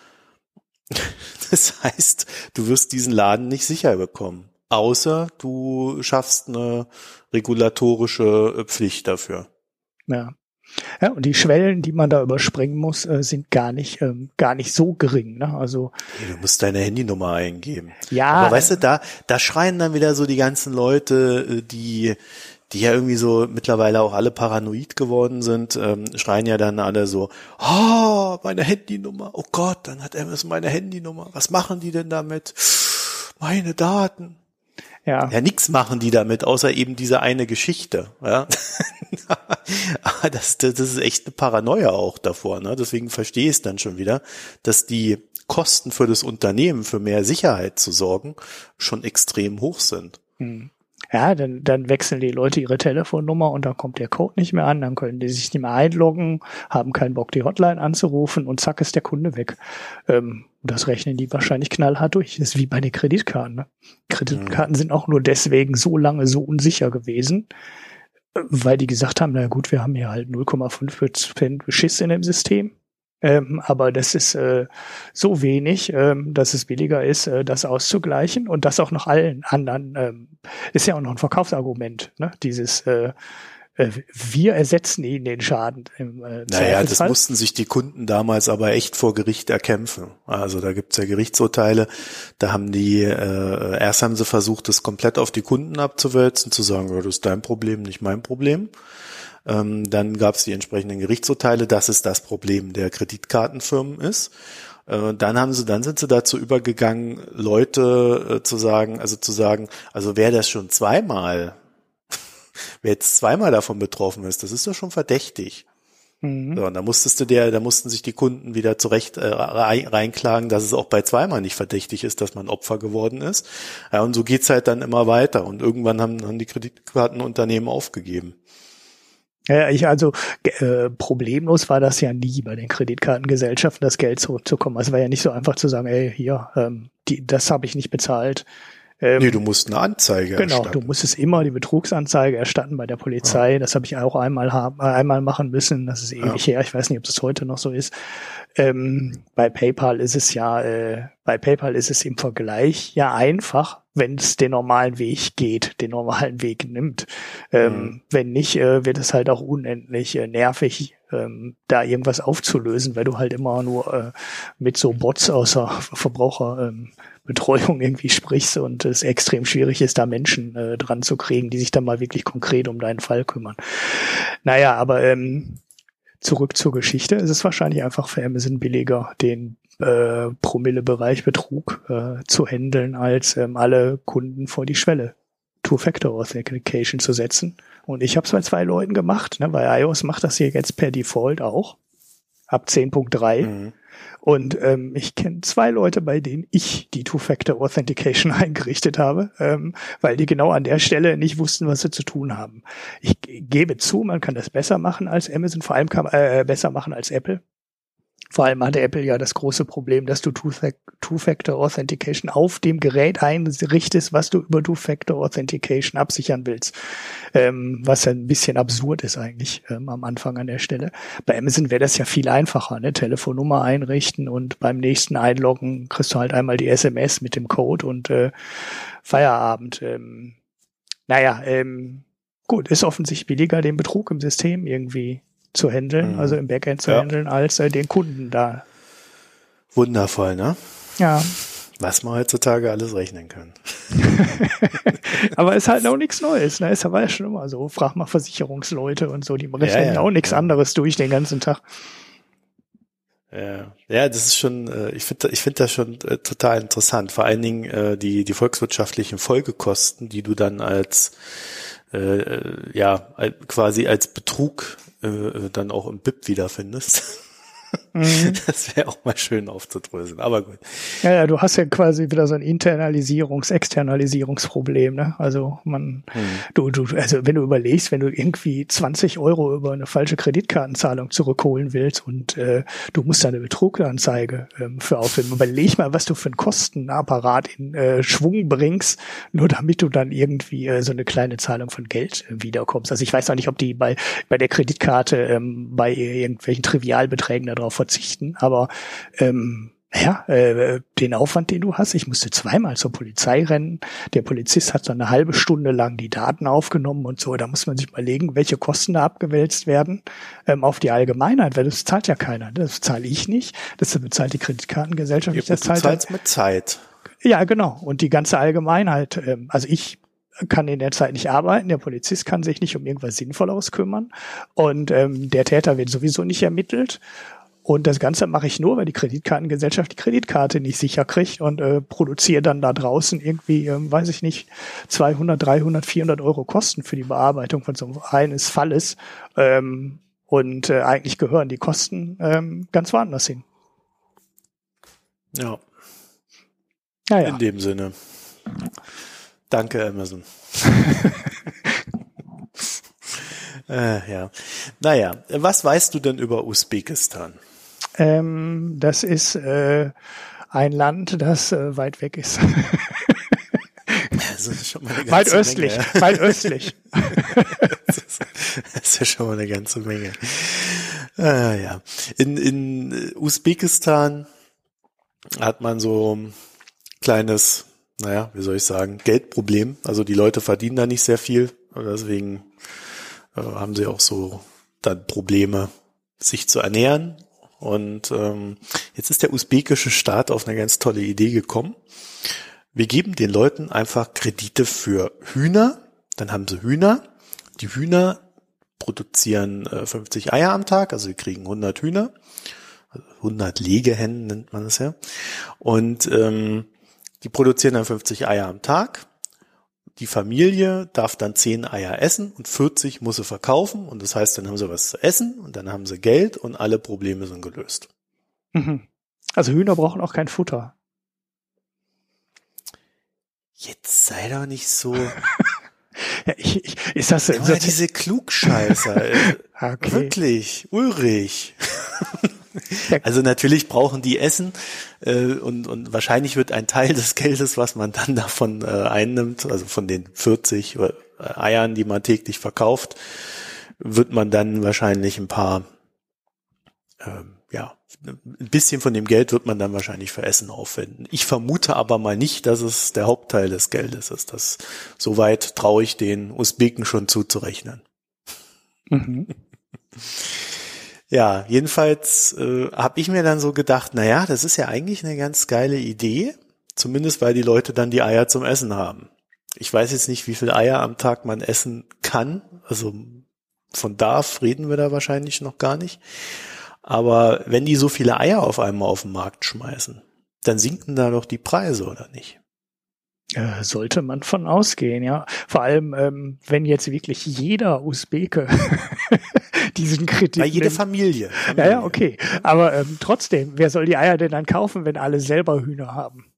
das heißt, du wirst diesen Laden nicht sicher bekommen, außer du schaffst eine regulatorische Pflicht dafür. Ja. Ja, und die Schwellen, die man da überspringen muss, äh, sind gar nicht ähm, gar nicht so gering. Ne? Also du musst deine Handynummer eingeben. Ja. Aber weißt du, da da schreien dann wieder so die ganzen Leute, die die ja irgendwie so mittlerweile auch alle paranoid geworden sind, ähm, schreien ja dann alle so, oh, meine Handynummer, oh Gott, dann hat Amazon meine Handynummer. Was machen die denn damit? Meine Daten. Ja, ja, nix machen die damit, außer eben diese eine Geschichte. Ja, das, das ist echt eine Paranoia auch davor. Ne? Deswegen verstehe ich es dann schon wieder, dass die Kosten für das Unternehmen, für mehr Sicherheit zu sorgen, schon extrem hoch sind. Hm. Ja, dann, dann wechseln die Leute ihre Telefonnummer und dann kommt der Code nicht mehr an, dann können die sich nicht mehr einloggen, haben keinen Bock, die Hotline anzurufen und zack ist der Kunde weg. Ähm, das rechnen die wahrscheinlich knallhart durch. Das ist wie bei den Kreditkarten. Ne? Kreditkarten mhm. sind auch nur deswegen so lange so unsicher gewesen, weil die gesagt haben, na gut, wir haben hier halt null Komma fünf Prozent Beschiss in dem System. Ähm, aber das ist äh, so wenig, ähm, dass es billiger ist, äh, das auszugleichen und das auch noch allen anderen, ähm, ist ja auch noch ein Verkaufsargument, ne? Dieses äh, äh, wir ersetzen ihnen den Schaden. Im, äh, naja, das mussten sich die Kunden damals aber echt vor Gericht erkämpfen. Also da gibt's ja Gerichtsurteile, da haben die, äh, erst haben sie versucht, das komplett auf die Kunden abzuwälzen, zu sagen, ja, das ist dein Problem, nicht mein Problem. Ähm, dann gab es die entsprechenden Gerichtsurteile, dass es das Problem der Kreditkartenfirmen ist. Äh, dann haben sie, dann sind sie dazu übergegangen, Leute äh, zu sagen, also zu sagen, also wer das schon zweimal, wer jetzt zweimal davon betroffen ist, das ist doch schon verdächtig. Mhm. So, und da musstest du der, da mussten sich die Kunden wieder zurecht äh, reinklagen, dass es auch bei zweimal nicht verdächtig ist, dass man Opfer geworden ist. Ja, und so geht's halt dann immer weiter. Und irgendwann haben, haben die Kreditkartenunternehmen aufgegeben. Ja, ich also äh, problemlos war das ja nie bei den Kreditkartengesellschaften, das Geld zurückzukommen. Es war ja nicht so einfach zu sagen, ey, hier, ähm, die, das habe ich nicht bezahlt. Ähm, nee, du musst eine Anzeige genau, erstatten. Genau, du musstest immer die Betrugsanzeige erstatten bei der Polizei. Ja. Das habe ich auch einmal haben, einmal machen müssen. Das ist ewig ja. her. Ich weiß nicht, ob das heute noch so ist. Ähm, bei PayPal ist es ja, äh, bei PayPal ist es im Vergleich ja einfach, wenn es den normalen Weg geht, den normalen Weg nimmt. Ähm, mhm. Wenn nicht, äh, wird es halt auch unendlich äh, nervig, ähm, da irgendwas aufzulösen, weil du halt immer nur äh, mit so Bots außer Verbraucher ähm, Betreuung irgendwie sprichst und es extrem schwierig ist, da Menschen äh, dran zu kriegen, die sich dann mal wirklich konkret um deinen Fall kümmern. Naja, aber ähm, zurück zur Geschichte. Es ist wahrscheinlich einfach für Amazon billiger, den äh, Promille-Bereich Betrug äh, zu handeln, als ähm, alle Kunden vor die Schwelle Two-Factor-Authentication zu setzen. Und ich habe es bei zwei Leuten gemacht, ne, weil iOS macht das hier jetzt per Default auch, ab zehn Punkt drei. Mhm. Und ähm, ich kenne zwei Leute, bei denen ich die Two-Factor-Authentication eingerichtet habe, ähm, weil die genau an der Stelle nicht wussten, was sie zu tun haben. Ich gebe zu, man kann das besser machen als Amazon, vor allem kann äh, besser machen als Apple. Vor allem hatte Apple ja das große Problem, dass du Two-Factor-Authentication auf dem Gerät einrichtest, was du über Two-Factor-Authentication absichern willst. Ähm, was ja ein bisschen absurd ist eigentlich ähm, am Anfang an der Stelle. Bei Amazon wäre das ja viel einfacher, ne? Telefonnummer einrichten und beim nächsten Einloggen kriegst du halt einmal die S M S mit dem Code und äh, Feierabend. Ähm, naja, ähm, gut, ist offensichtlich billiger, den Betrug im System irgendwie zu handeln, mhm. also im Backend zu ja. handeln, als äh, den Kunden da. Wundervoll, ne? Ja. Was man heutzutage alles rechnen kann. Aber ist halt auch nichts Neues, ne? Es war ja schon immer so. Frag mal Versicherungsleute und so, die rechnen ja, ja, auch nichts ja. anderes durch den ganzen Tag. Ja, ja, das ist schon, äh, ich finde, ich finde das schon äh, total interessant. Vor allen Dingen äh, die die volkswirtschaftlichen Folgekosten, die du dann als äh, ja quasi als Betrug äh, dann auch im B I P wiederfindest. Mhm. Das wäre auch mal schön aufzudröseln, aber gut. Ja, ja, du hast ja quasi wieder so ein Internalisierungs-, Externalisierungsproblem, ne? Also man, mhm. du, du, also wenn du überlegst, wenn du irgendwie zwanzig Euro über eine falsche Kreditkartenzahlung zurückholen willst und äh, du musst da eine Betrugsanzeige ähm, für aufnehmen, überleg mal, was du für einen Kostenapparat in äh, Schwung bringst, nur damit du dann irgendwie äh, so eine kleine Zahlung von Geld äh, wiederkommst. Also ich weiß auch nicht, ob die bei bei der Kreditkarte ähm, bei irgendwelchen Trivialbeträgen da drauf verzichten, aber ähm, ja, äh, den Aufwand, den du hast, ich musste zweimal zur Polizei rennen, der Polizist hat so eine halbe Stunde lang die Daten aufgenommen und so, da muss man sich überlegen, welche Kosten da abgewälzt werden ähm, auf die Allgemeinheit, weil das zahlt ja keiner, das zahle ich nicht, das bezahlt die Kreditkartengesellschaft nicht, das zahlt du zahlst mit Zeit. Ja, genau, und die ganze Allgemeinheit, ähm, also ich kann in der Zeit nicht arbeiten, der Polizist kann sich nicht um irgendwas Sinnvolleres kümmern und ähm, der Täter wird sowieso nicht ermittelt. Und das Ganze mache ich nur, weil die Kreditkartengesellschaft die Kreditkarte nicht sicher kriegt und äh, produziere dann da draußen irgendwie, ähm, weiß ich nicht, zweihundert, dreihundert, vierhundert Euro Kosten für die Bearbeitung von so eines Falles. Ähm, und äh, eigentlich gehören die Kosten ähm, ganz woanders hin. Ja. Naja. In dem Sinne. Danke, Amazon. äh, ja. Naja, was weißt du denn über Usbekistan? Ähm, das ist äh, ein Land, das äh, weit weg ist. Das ist schon mal eine ganze weit östlich, Menge. weit östlich. Das ist, das ist ja schon mal eine ganze Menge. Ah, ja. In, in Usbekistan hat man so ein kleines, naja, wie soll ich sagen, Geldproblem. Also die Leute verdienen da nicht sehr viel. Und deswegen äh, haben sie auch so dann Probleme, sich zu ernähren. Und ähm, jetzt ist der usbekische Staat auf eine ganz tolle Idee gekommen. Wir geben den Leuten einfach Kredite für Hühner. Dann haben sie Hühner. Die Hühner produzieren äh, fünfzig Eier am Tag. Also sie kriegen hundert Hühner. hundert Legehennen nennt man es ja. Und ähm, die produzieren dann fünfzig Eier am Tag. Die Familie darf dann zehn Eier essen und vierzig muss sie verkaufen. Und das heißt, dann haben sie was zu essen und dann haben sie Geld und alle Probleme sind gelöst. Mhm. Also Hühner brauchen auch kein Futter. Jetzt sei doch nicht so... ja, ich, ich, ist das immer das diese Klugscheißer. Okay. Wirklich, Ulrich. Also natürlich brauchen die Essen äh, und, und wahrscheinlich wird ein Teil des Geldes, was man dann davon äh, einnimmt, also von den vierzig äh, Eiern, die man täglich verkauft, wird man dann wahrscheinlich ein paar, äh, ja, ein bisschen von dem Geld wird man dann wahrscheinlich für Essen aufwenden. Ich vermute aber mal nicht, dass es der Hauptteil des Geldes ist. Das soweit traue ich den Usbeken schon zuzurechnen. Mhm. Ja, jedenfalls äh, habe ich mir dann so gedacht, naja, das ist ja eigentlich eine ganz geile Idee, zumindest weil die Leute dann die Eier zum Essen haben. Ich weiß jetzt nicht, wie viel Eier am Tag man essen kann, also von darf reden wir da wahrscheinlich noch gar nicht. Aber wenn die so viele Eier auf einmal auf den Markt schmeißen, dann sinken da doch die Preise, oder nicht? Äh, sollte man von ausgehen, ja. Vor allem, ähm, wenn jetzt wirklich jeder Usbeke diesen Kredit Bei jeder nimmt. Familie. Familie. Ja, ja, okay. Aber ähm, trotzdem, wer soll die Eier denn dann kaufen, wenn alle selber Hühner haben?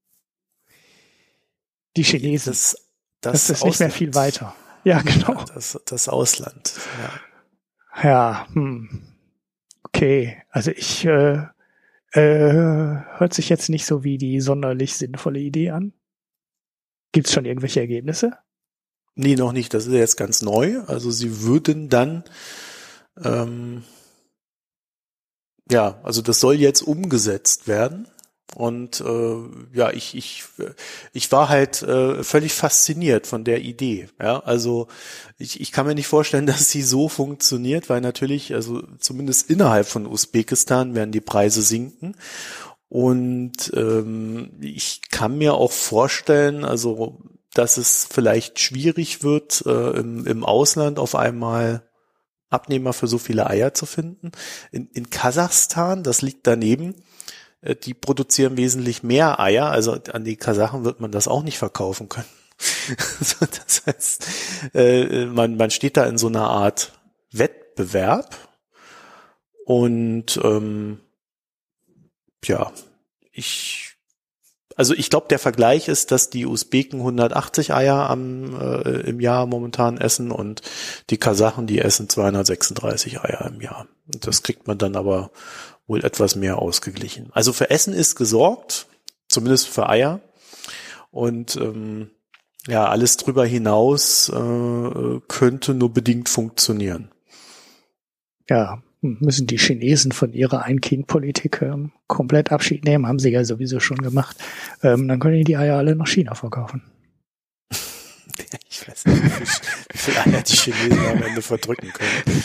Die Chinesen. Das, das, das ist Ausland. Nicht mehr viel weiter. Ja, genau. Ja, das, das Ausland. Ja, ja hm. Okay. Also ich äh, äh, hört sich jetzt nicht so wie die sonderlich sinnvolle Idee an. Gibt es schon irgendwelche Ergebnisse? Nee, noch nicht. Das ist jetzt ganz neu. Also sie würden dann, ähm, ja, also das soll jetzt umgesetzt werden Und äh, ja, ich ich ich war halt äh, völlig fasziniert von der Idee. Ja, also ich ich kann mir nicht vorstellen, dass sie so funktioniert, weil natürlich, also zumindest innerhalb von Usbekistan werden die Preise sinken. Und ähm, ich kann mir auch vorstellen, also dass es vielleicht schwierig wird, äh, im, im Ausland auf einmal Abnehmer für so viele Eier zu finden. In, in Kasachstan, das liegt daneben, äh, die produzieren wesentlich mehr Eier, also an die Kasachen wird man das auch nicht verkaufen können. Also das heißt, äh, man, man steht da in so einer Art Wettbewerb und ähm, ja, ich, also ich glaube, der Vergleich ist, dass die Usbeken hundertachtzig Eier am, äh, im Jahr momentan essen und die Kasachen, die essen zweihundertsechsunddreißig Eier im Jahr. Und das kriegt man dann aber wohl etwas mehr ausgeglichen. Also für Essen ist gesorgt, zumindest für Eier. Und ähm, ja, alles drüber hinaus äh, könnte nur bedingt funktionieren. Ja, müssen die Chinesen von ihrer Ein-Kind-Politik ähm, komplett Abschied nehmen, haben sie ja sowieso schon gemacht. Ähm, dann können die die Eier alle nach China verkaufen. Ich weiß nicht, wie viel, wie viel Eier die Chinesen am Ende verdrücken können.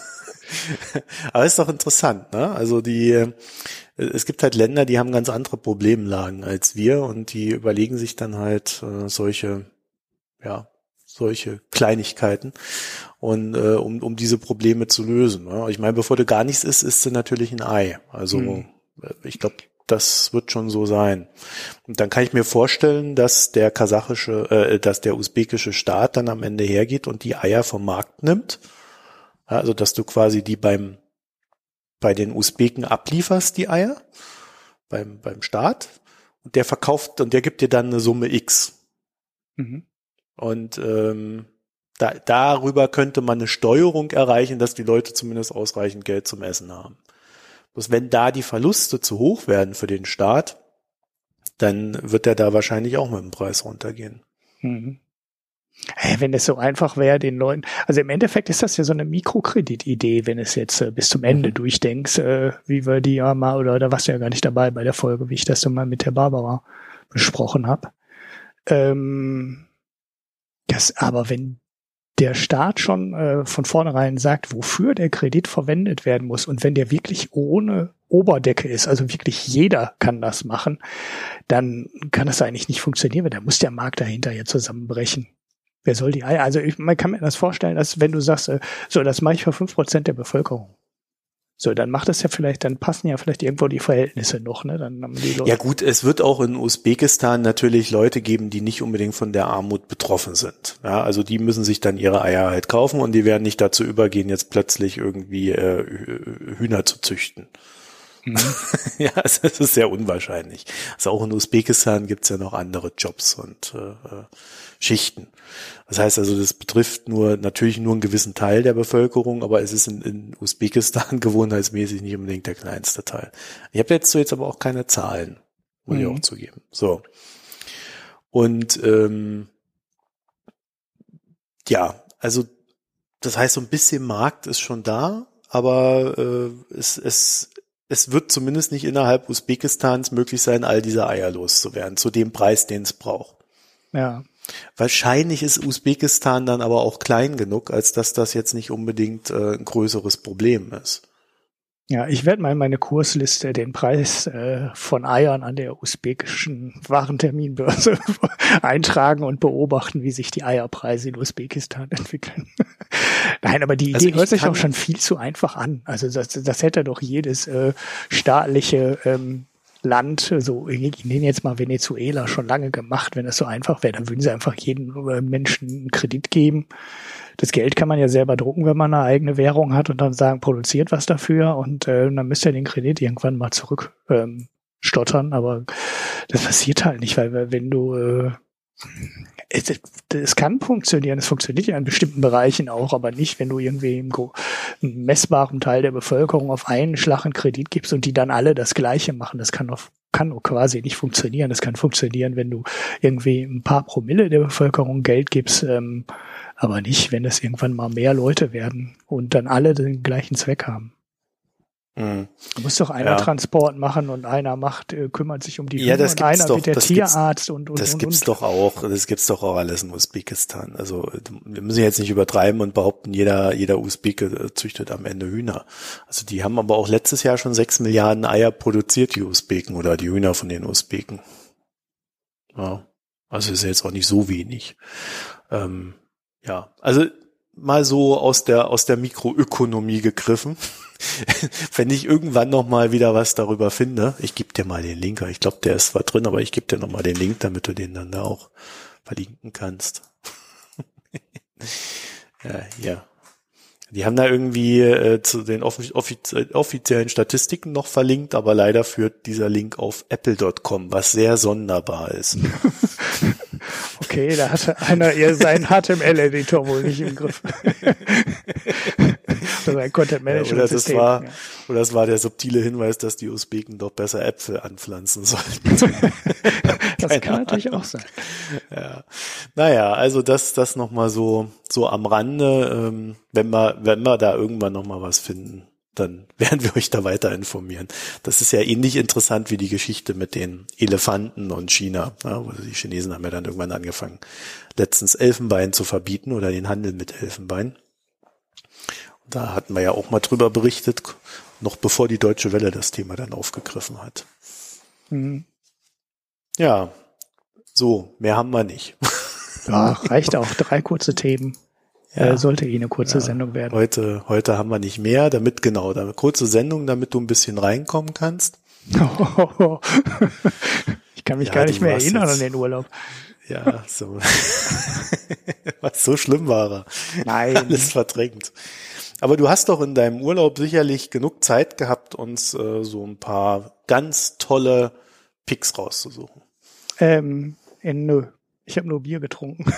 Aber ist doch interessant, ne? Also die, es gibt halt Länder, die haben ganz andere Problemlagen als wir und die überlegen sich dann halt äh, solche, ja, solche Kleinigkeiten und äh, um um diese Probleme zu lösen. Ne? Ich meine, bevor du gar nichts isst, isst du natürlich ein Ei. Also mhm. ich glaube, das wird schon so sein. Und dann kann ich mir vorstellen, dass der kasachische, äh, dass der usbekische Staat dann am Ende hergeht und die Eier vom Markt nimmt. Ja, also dass du quasi die beim bei den Usbeken ablieferst, die Eier beim beim Staat und der verkauft und der gibt dir dann eine Summe X. Mhm. Und ähm, da, darüber könnte man eine Steuerung erreichen, dass die Leute zumindest ausreichend Geld zum Essen haben. Bloß wenn da die Verluste zu hoch werden für den Staat, dann wird er da wahrscheinlich auch mit dem Preis runtergehen. Mhm. Hey, wenn es so einfach wäre, den Leuten, also im Endeffekt ist das ja so eine Mikrokreditidee, wenn es jetzt äh, bis zum Ende mhm. durchdenkst, äh, wie wir die ja mal, oder da warst du ja gar nicht dabei bei der Folge, wie ich das so mal mit der Barbara besprochen habe. Ähm, Das, aber wenn der Staat schon äh, von vornherein sagt, wofür der Kredit verwendet werden muss und wenn der wirklich ohne Oberdecke ist, also wirklich jeder kann das machen, dann kann das eigentlich nicht funktionieren, weil da muss der Markt dahinter ja zusammenbrechen. Wer soll die Eier? Also ich, man kann mir das vorstellen, dass wenn du sagst, äh, so, das mache ich für fünf Prozent der Bevölkerung. So, dann macht es ja vielleicht, dann passen ja vielleicht irgendwo die Verhältnisse noch, ne? Dann haben die Leute. Ja gut, es wird auch in Usbekistan natürlich Leute geben, die nicht unbedingt von der Armut betroffen sind. Ja, also die müssen sich dann ihre Eier halt kaufen und die werden nicht dazu übergehen, jetzt plötzlich irgendwie äh, Hühner zu züchten. Mhm. Ja, es ist sehr unwahrscheinlich. Also auch in Usbekistan gibt's ja noch andere Jobs und äh, Schichten. Das heißt also, das betrifft nur natürlich nur einen gewissen Teil der Bevölkerung, aber es ist in, in Usbekistan gewohnheitsmäßig nicht unbedingt der kleinste Teil. Ich habe jetzt so jetzt aber auch keine Zahlen, muss mhm. ich auch zugeben. So. Und ähm, ja, also das heißt, so ein bisschen Markt ist schon da, aber äh, es, es es wird zumindest nicht innerhalb Usbekistans möglich sein, all diese Eier loszuwerden, zu dem Preis, den es braucht. Ja. Wahrscheinlich ist Usbekistan dann aber auch klein genug, als dass das jetzt nicht unbedingt äh, ein größeres Problem ist. Ja, ich werde mal in meine Kursliste den Preis äh, von Eiern an der usbekischen Warenterminbörse eintragen und beobachten, wie sich die Eierpreise in Usbekistan entwickeln. Nein, aber die Idee also hört sich auch schon viel zu einfach an. Also das, das hätte doch jedes äh, staatliche ähm, Land, so ich nenne jetzt mal Venezuela, schon lange gemacht. Wenn das so einfach wäre, dann würden sie einfach jedem äh, Menschen einen Kredit geben. Das Geld kann man ja selber drucken, wenn man eine eigene Währung hat und dann sagen, produziert was dafür und äh, dann müsst ihr den Kredit irgendwann mal zurück ähm, stottern. Aber das passiert halt nicht, weil wenn du äh, es, es kann funktionieren, es funktioniert ja in bestimmten Bereichen auch, aber nicht, wenn du irgendwie im einen messbaren Teil der Bevölkerung auf einen Schlag einen Kredit gibst und die dann alle das Gleiche machen. Das kann doch kann doch quasi nicht funktionieren. Das kann funktionieren, wenn du irgendwie ein paar Promille der Bevölkerung Geld gibst, ähm, aber nicht, wenn es irgendwann mal mehr Leute werden und dann alle den gleichen Zweck haben. Mhm. Da muss doch einer Ja. Transport machen und einer macht, äh, kümmert sich um die Ja, Hühner das und gibt's einer doch, wird der das gibt's- Tierarzt und, und, Das und, gibt's und. doch auch, das gibt's doch auch alles in Usbekistan. Also wir müssen jetzt nicht übertreiben und behaupten, jeder jeder Usbeke züchtet am Ende Hühner. Also die haben aber auch letztes Jahr schon sechs Milliarden Eier produziert, die Usbeken oder die Hühner von den Usbeken. Ja, also ist ja jetzt auch nicht so wenig. Ähm, ja, also mal so aus der aus der Mikroökonomie gegriffen. Wenn ich irgendwann noch mal wieder was darüber finde, ich gebe dir mal den Link, ich glaube, der ist zwar drin, aber ich gebe dir noch mal den Link, damit du den dann da auch verlinken kannst. Ja, ja. Die haben da irgendwie äh, zu den offi- offiz- offiziellen Statistiken noch verlinkt, aber leider führt dieser Link auf apple Punkt com, was sehr sonderbar ist. Okay, da hatte einer eher seinen H T M L-Editor wohl nicht im Griff. Oder ein Ja, Content-Management-System. oder das war, Ja. oder das war der subtile Hinweis, dass die Usbeken doch besser Äpfel anpflanzen sollten. Das Keine kann natürlich auch sein. Ja. Naja, also das, das nochmal so, so am Rande, ähm, wenn wir, wenn wir da irgendwann nochmal was finden, dann werden wir euch da weiter informieren. Das ist ja ähnlich interessant wie die Geschichte mit den Elefanten und China. Ja, wo die Chinesen haben ja dann irgendwann angefangen, letztens Elfenbein zu verbieten oder den Handel mit Elfenbein. Und da hatten wir ja auch mal drüber berichtet, noch bevor die Deutsche Welle das Thema dann aufgegriffen hat. Mhm. Ja, so, mehr haben wir nicht. Ja, reicht auch. Drei kurze Themen. Ja. Äh, sollte eh eine kurze Ja. Sendung werden. Heute, heute haben wir nicht mehr, damit, genau, damit, kurze Sendung, damit du ein bisschen reinkommen kannst. Ich kann mich Ja, gar du nicht mehr warst erinnern jetzt- an den Urlaub. Ja, so. Was, so schlimm war er. Nein. Alles verdrängt. Aber du hast doch in deinem Urlaub sicherlich genug Zeit gehabt, uns äh, so ein paar ganz tolle Picks rauszusuchen. Ähm, äh, nö, ich habe nur Bier getrunken.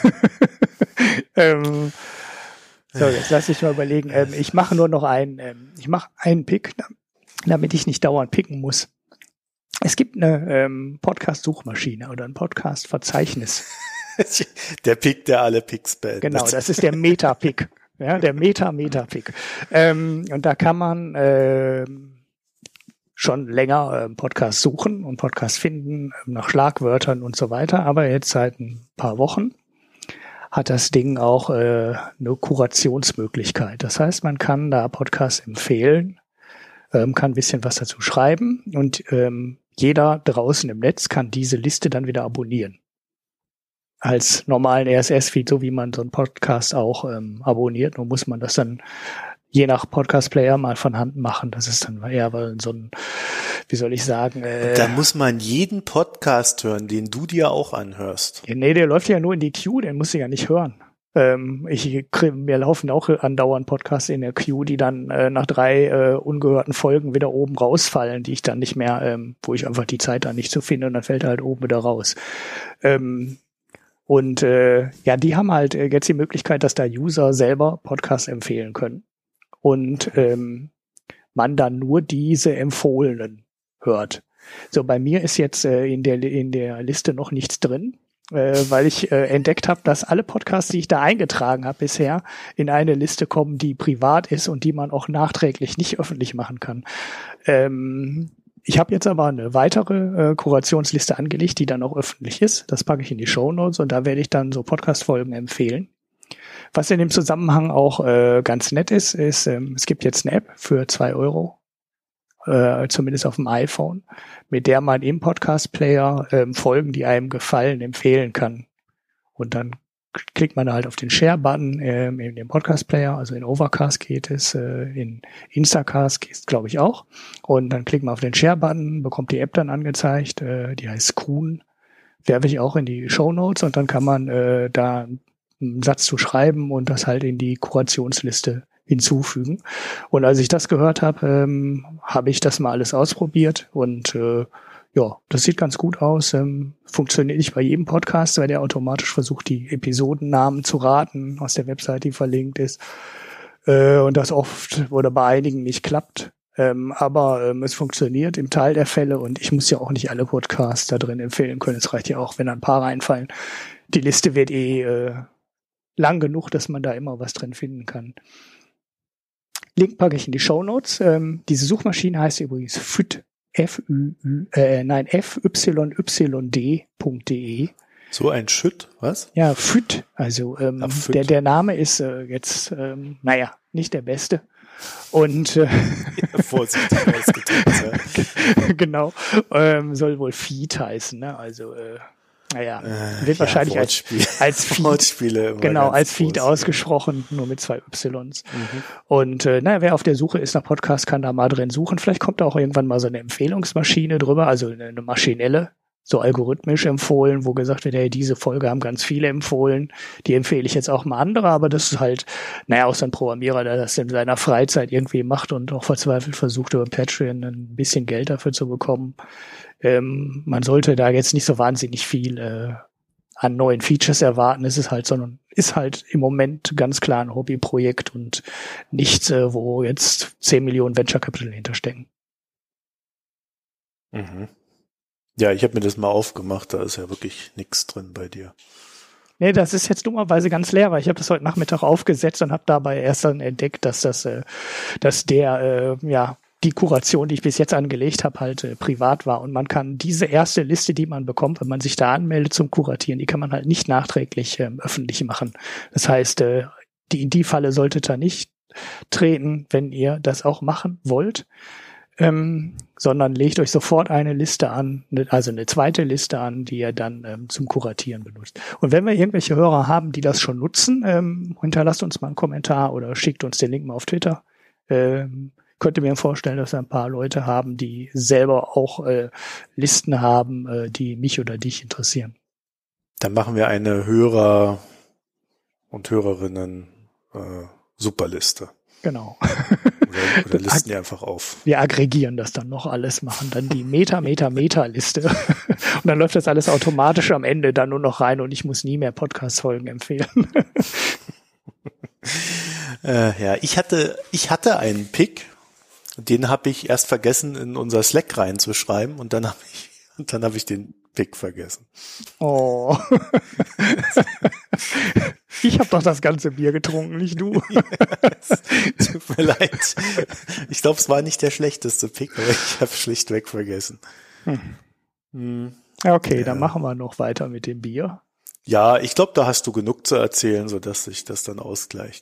ähm, so, jetzt lass ich mal überlegen. Ähm, ich mache nur noch einen, ähm, ich mache einen Pick, damit ich nicht dauernd picken muss. Es gibt eine ähm, Podcast-Suchmaschine oder ein Podcast-Verzeichnis. Der Pick, der alle Picks beendet. Genau, das ist der Meta-Pick. Ja, der Meta-Meta-Pick. Ähm, und da kann man ähm, schon länger ähm, Podcasts suchen und Podcasts finden, ähm, nach Schlagwörtern und so weiter. Aber jetzt seit ein paar Wochen hat das Ding auch äh, eine Kurationsmöglichkeit. Das heißt, man kann da Podcasts empfehlen, ähm, kann ein bisschen was dazu schreiben und ähm, jeder draußen im Netz kann diese Liste dann wieder abonnieren. Als normalen R S S-Feed, so wie man so einen Podcast auch ähm, abonniert. Nur muss man das dann je nach Podcast-Player mal von Hand machen. Das ist dann eher so ein, wie soll ich sagen, äh, Da muss man jeden Podcast hören, den du dir auch anhörst. nee, der läuft ja nur in die Queue, den musst du ja nicht hören. Ähm, ich krieg, mir laufen auch andauernd Podcasts in der Queue, die dann äh, nach drei äh, ungehörten Folgen wieder oben rausfallen, die ich dann nicht mehr, ähm, wo ich einfach die Zeit dann nicht so finde und dann fällt er halt oben wieder raus. Ähm, und äh, ja, die haben halt äh, jetzt die Möglichkeit, dass da User selber Podcasts empfehlen können und ähm, man dann nur diese empfohlenen hört. So, bei mir ist jetzt äh, in der in der Liste noch nichts drin, äh, weil ich äh, entdeckt habe, dass alle Podcasts, die ich da eingetragen habe bisher, in eine Liste kommen, die privat ist und die man auch nachträglich nicht öffentlich machen kann. Ähm, ich habe jetzt aber eine weitere äh, Kurationsliste angelegt, die dann auch öffentlich ist. Das packe ich in die Shownotes und da werde ich dann so Podcast-Folgen empfehlen. Was in dem Zusammenhang auch äh, ganz nett ist, ist, ähm, es gibt jetzt eine App für zwei Euro, äh, zumindest auf dem iPhone, mit der man im Podcast-Player ähm, Folgen, die einem gefallen, empfehlen kann. Und dann klickt man halt auf den Share-Button ähm, in dem Podcast-Player, also in Overcast geht es, äh, in Instacast geht es, glaube ich, auch. Und dann klickt man auf den Share-Button, bekommt die App dann angezeigt, äh, die heißt Kuhn, werfe ich auch in die Shownotes und dann kann man äh, da einen Satz zu schreiben und das halt in die Kurationsliste hinzufügen. Und als ich das gehört habe, ähm, habe ich das mal alles ausprobiert und äh, ja, das sieht ganz gut aus. Ähm, funktioniert nicht bei jedem Podcast, weil der automatisch versucht, die Episodennamen zu raten aus der Website, die verlinkt ist. Äh, und das oft oder bei einigen nicht klappt. Ähm, aber ähm, es funktioniert im Teil der Fälle und ich muss ja auch nicht alle Podcasts da drin empfehlen können. Es reicht ja auch, wenn da ein paar reinfallen. Die Liste wird eh äh, lang genug, dass man da immer was drin finden kann. Link packe ich in die Shownotes. Ähm, diese Suchmaschine heißt übrigens F Y D, F Ü Ü, äh, nein, F Y Y D punkt de. So ein Schütt, was? Ja, F Y D. Also ähm, Ach, F Y D. der der Name ist äh, jetzt, ähm, naja, nicht der beste. Und äh, ja, vorsichtig ausgedrückt, ja. genau, ähm, soll wohl Feed heißen, ne? Also äh, naja, äh, wird ja, wahrscheinlich als, als Feed, Wortspiele immer genau, ganz als Feed groß, ausgesprochen, ja. Nur mit zwei Ys. Mhm. Und äh, naja, wer auf der Suche ist nach Podcast, kann da mal drin suchen. Vielleicht kommt da auch irgendwann mal so eine Empfehlungsmaschine drüber, also eine, eine maschinelle, so algorithmisch empfohlen, wo gesagt wird, hey, diese Folge haben ganz viele empfohlen, die empfehle ich jetzt auch mal andere, aber das ist halt, naja, auch so ein Programmierer, der das in seiner Freizeit irgendwie macht und auch verzweifelt versucht, über Patreon ein bisschen Geld dafür zu bekommen. Ähm, man sollte da jetzt nicht so wahnsinnig viel äh, an neuen Features erwarten. Es ist halt, sondern ist halt im Moment ganz klar ein Hobbyprojekt und nichts, äh, wo jetzt zehn Millionen Venture Capital hinterstecken. Mhm. Ja, ich habe mir das mal aufgemacht, da ist ja wirklich nichts drin bei dir. Nee, das ist jetzt dummerweise ganz leer, weil ich habe das heute Nachmittag aufgesetzt und habe dabei erst dann entdeckt, dass das, äh, dass der, äh, ja, die Kuration, die ich bis jetzt angelegt habe, halt äh, privat war. Und man kann diese erste Liste, die man bekommt, wenn man sich da anmeldet zum Kuratieren, die kann man halt nicht nachträglich ähm, öffentlich machen. Das heißt, äh, die in die Falle solltet ihr nicht treten, wenn ihr das auch machen wollt. Ähm, sondern legt euch sofort eine Liste an, also eine zweite Liste an, die ihr dann ähm, zum Kuratieren benutzt. Und wenn wir irgendwelche Hörer haben, die das schon nutzen, ähm, hinterlasst uns mal einen Kommentar oder schickt uns den Link mal auf Twitter. Ähm, könnte mir vorstellen, dass wir ein paar Leute haben, die selber auch äh, Listen haben, äh, die mich oder dich interessieren. Dann machen wir eine Hörer- und Hörerinnen äh, Superliste. Genau. Oder, oder listen die einfach auf. Wir aggregieren das dann noch alles, machen dann die Meta, Meta, Meta-Liste. Und dann läuft das alles automatisch am Ende dann nur noch rein und ich muss nie mehr Podcast-Folgen empfehlen. äh, ja, ich hatte, ich hatte einen Pick, den habe ich erst vergessen, in unser Slack reinzuschreiben und dann habe ich, und dann habe ich den Pick vergessen. Oh. Ich habe doch das ganze Bier getrunken, nicht du. Yes. Tut mir leid. Ich glaube, es war nicht der schlechteste Pick, aber ich habe schlichtweg vergessen. Hm. Hm. Okay, ja. Dann machen wir noch weiter mit dem Bier. Ja, ich glaube, da hast du genug zu erzählen, sodass sich das dann ausgleicht.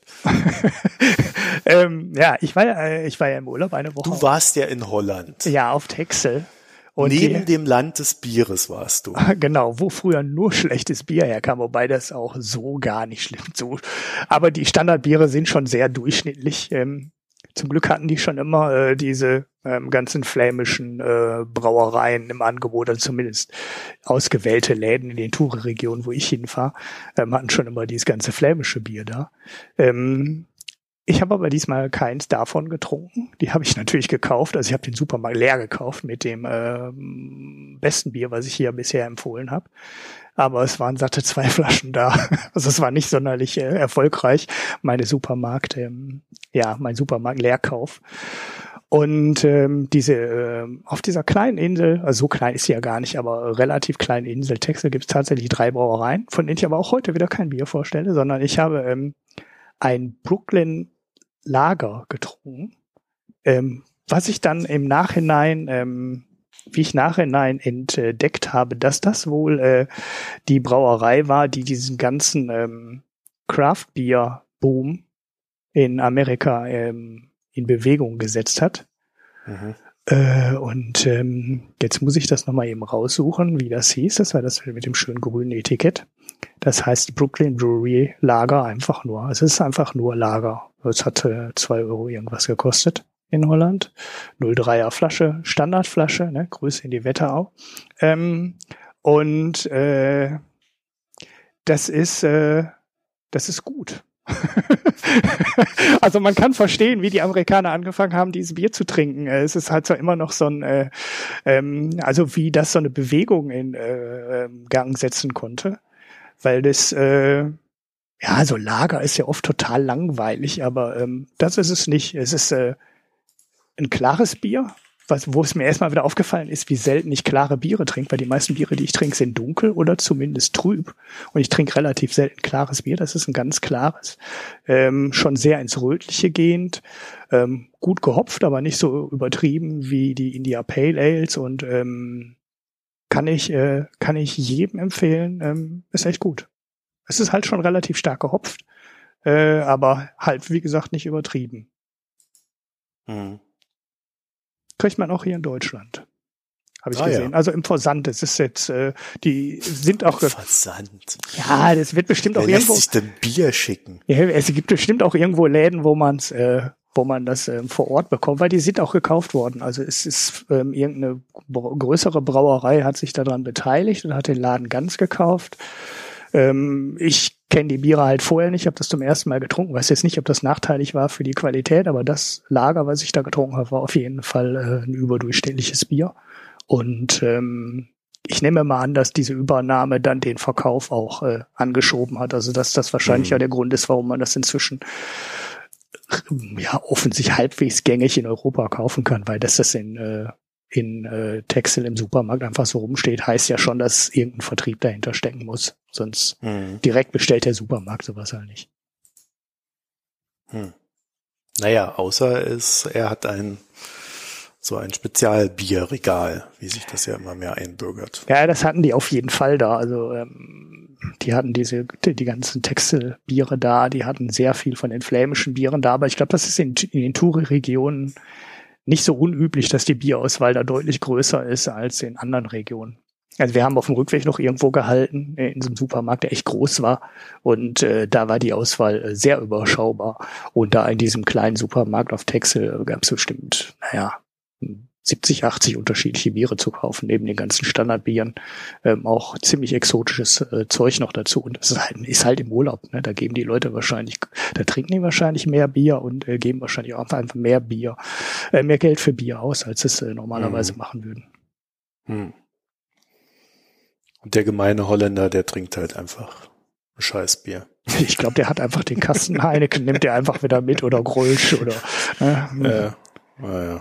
ähm, ja, ich war ja, ich war ja im Urlaub eine Woche. Du warst ja in Holland. Ja, auf Texel. Und Neben die, dem Land des Bieres warst du. Genau, wo früher nur schlechtes Bier herkam, wobei das auch so gar nicht schlimm so. Aber die Standardbiere sind schon sehr durchschnittlich. Ähm, zum Glück hatten die schon immer äh, diese ähm, ganzen flämischen äh, Brauereien im Angebot, also zumindest ausgewählte Läden in den Touri-Regionen, wo ich hinfahre, ähm, hatten schon immer dieses ganze flämische Bier da. Ähm, Ich habe aber diesmal keins davon getrunken. Die habe ich natürlich gekauft. Also ich habe den Supermarkt leer gekauft mit dem ähm, besten Bier, was ich hier bisher empfohlen habe. Aber es waren satte zwei Flaschen da. Also es war nicht sonderlich äh, erfolgreich, meine Supermarkt, ähm, ja, mein Supermarkt-Leerkauf. Und ähm, diese äh, auf dieser kleinen Insel, also so klein ist sie ja gar nicht, aber relativ kleine Insel Texel gibt es tatsächlich drei Brauereien, von denen ich aber auch heute wieder kein Bier vorstelle, sondern ich habe ähm, ein Brooklyn Lager getrunken, ähm, was ich dann im Nachhinein, ähm, wie ich nachhinein entdeckt habe, dass das wohl äh, die Brauerei war, die diesen ganzen ähm, Craft-Bier-Boom in Amerika ähm, in Bewegung gesetzt hat. Mhm. Äh, und ähm, jetzt muss ich das nochmal eben raussuchen, wie das hieß. Das war das mit dem schönen grünen Etikett. Das heißt Brooklyn Brewery Lager einfach nur. Es ist einfach nur Lager. Es hat äh, zwei Euro irgendwas gekostet in Holland. null Komma dreier Flasche, Standardflasche, ne? Grüße in die Wetterau. Ähm, und äh, das ist äh, das ist gut. Also man kann verstehen, wie die Amerikaner angefangen haben, dieses Bier zu trinken. Es ist halt so immer noch so ein, äh, ähm, also wie das so eine Bewegung in äh, Gang setzen konnte. Weil das, äh, ja, so Lager ist ja oft total langweilig, aber ähm, das ist es nicht. Es ist äh, ein klares Bier, was, wo es mir erstmal wieder aufgefallen ist, wie selten ich klare Biere trinke, weil die meisten Biere, die ich trinke, sind dunkel oder zumindest trüb. Und ich trinke relativ selten klares Bier. Das ist ein ganz klares. Ähm, schon sehr ins Rötliche gehend. Ähm, gut gehopft, aber nicht so übertrieben wie die India Pale Ales. Und ähm, kann ich äh, kann ich jedem empfehlen. Ähm, ist echt gut. Es ist halt schon relativ stark gehopft. Äh, aber halt, wie gesagt, nicht übertrieben. Hm. Kriegt man auch hier in Deutschland. Habe ich ah, gesehen. Ja. Also im Versand. Das ist jetzt, äh, die sind auch. Versand. Ja, das wird bestimmt Wer auch lässt irgendwo. sich denn Bier schicken? Ja, es gibt bestimmt auch irgendwo Läden, wo man's, äh, wo man das äh, vor Ort bekommt, weil die sind auch gekauft worden. Also es ist ähm, irgendeine größere Brauerei hat sich daran beteiligt und hat den Laden ganz gekauft. Ähm, ich kenne die Biere halt vorher nicht, habe das zum ersten Mal getrunken. Weiß jetzt nicht, ob das nachteilig war für die Qualität, aber das Lager, was ich da getrunken habe, war auf jeden Fall äh, ein überdurchschnittliches Bier. Und ähm, ich nehme mal an, dass diese Übernahme dann den Verkauf auch äh, angeschoben hat. Also dass das wahrscheinlich Mhm. ja der Grund ist, warum man das inzwischen ja offensichtlich halbwegs gängig in Europa kaufen kann, weil das das in äh, in äh, Texel im Supermarkt einfach so rumsteht, heißt ja schon, dass irgendein Vertrieb dahinter stecken muss. Sonst Hm. direkt bestellt der Supermarkt sowas halt nicht. Hm. Naja, außer es, er hat ein so ein Spezialbierregal, wie sich das ja immer mehr einbürgert. Ja, das hatten die auf jeden Fall da. Also ähm, die hatten diese die ganzen Texelbiere da, die hatten sehr viel von den flämischen Bieren da, aber ich glaube, das ist in, in den Touri-Regionen nicht so unüblich, dass die Bierauswahl da deutlich größer ist als in anderen Regionen. Also wir haben auf dem Rückweg noch irgendwo gehalten, in so einem Supermarkt, der echt groß war. Und äh, da war die Auswahl äh, sehr überschaubar. Und da in diesem kleinen Supermarkt auf Texel äh, gab es bestimmt, naja, siebzig, achtzig unterschiedliche Biere zu kaufen, neben den ganzen Standardbieren. Ähm, auch ziemlich exotisches äh, Zeug noch dazu. Und das ist halt, ist halt im Urlaub. Ne? Da geben die Leute wahrscheinlich, da trinken die wahrscheinlich mehr Bier und äh, geben wahrscheinlich auch einfach mehr Bier, äh, mehr Geld für Bier aus, als es äh, normalerweise Mhm. machen würden. Hm. Und der gemeine Holländer, der trinkt halt einfach ein Scheißbier. Ich glaube, der hat einfach den Kasten Heineken, nimmt der einfach wieder mit oder Grölsch oder. Äh, Äh, naja.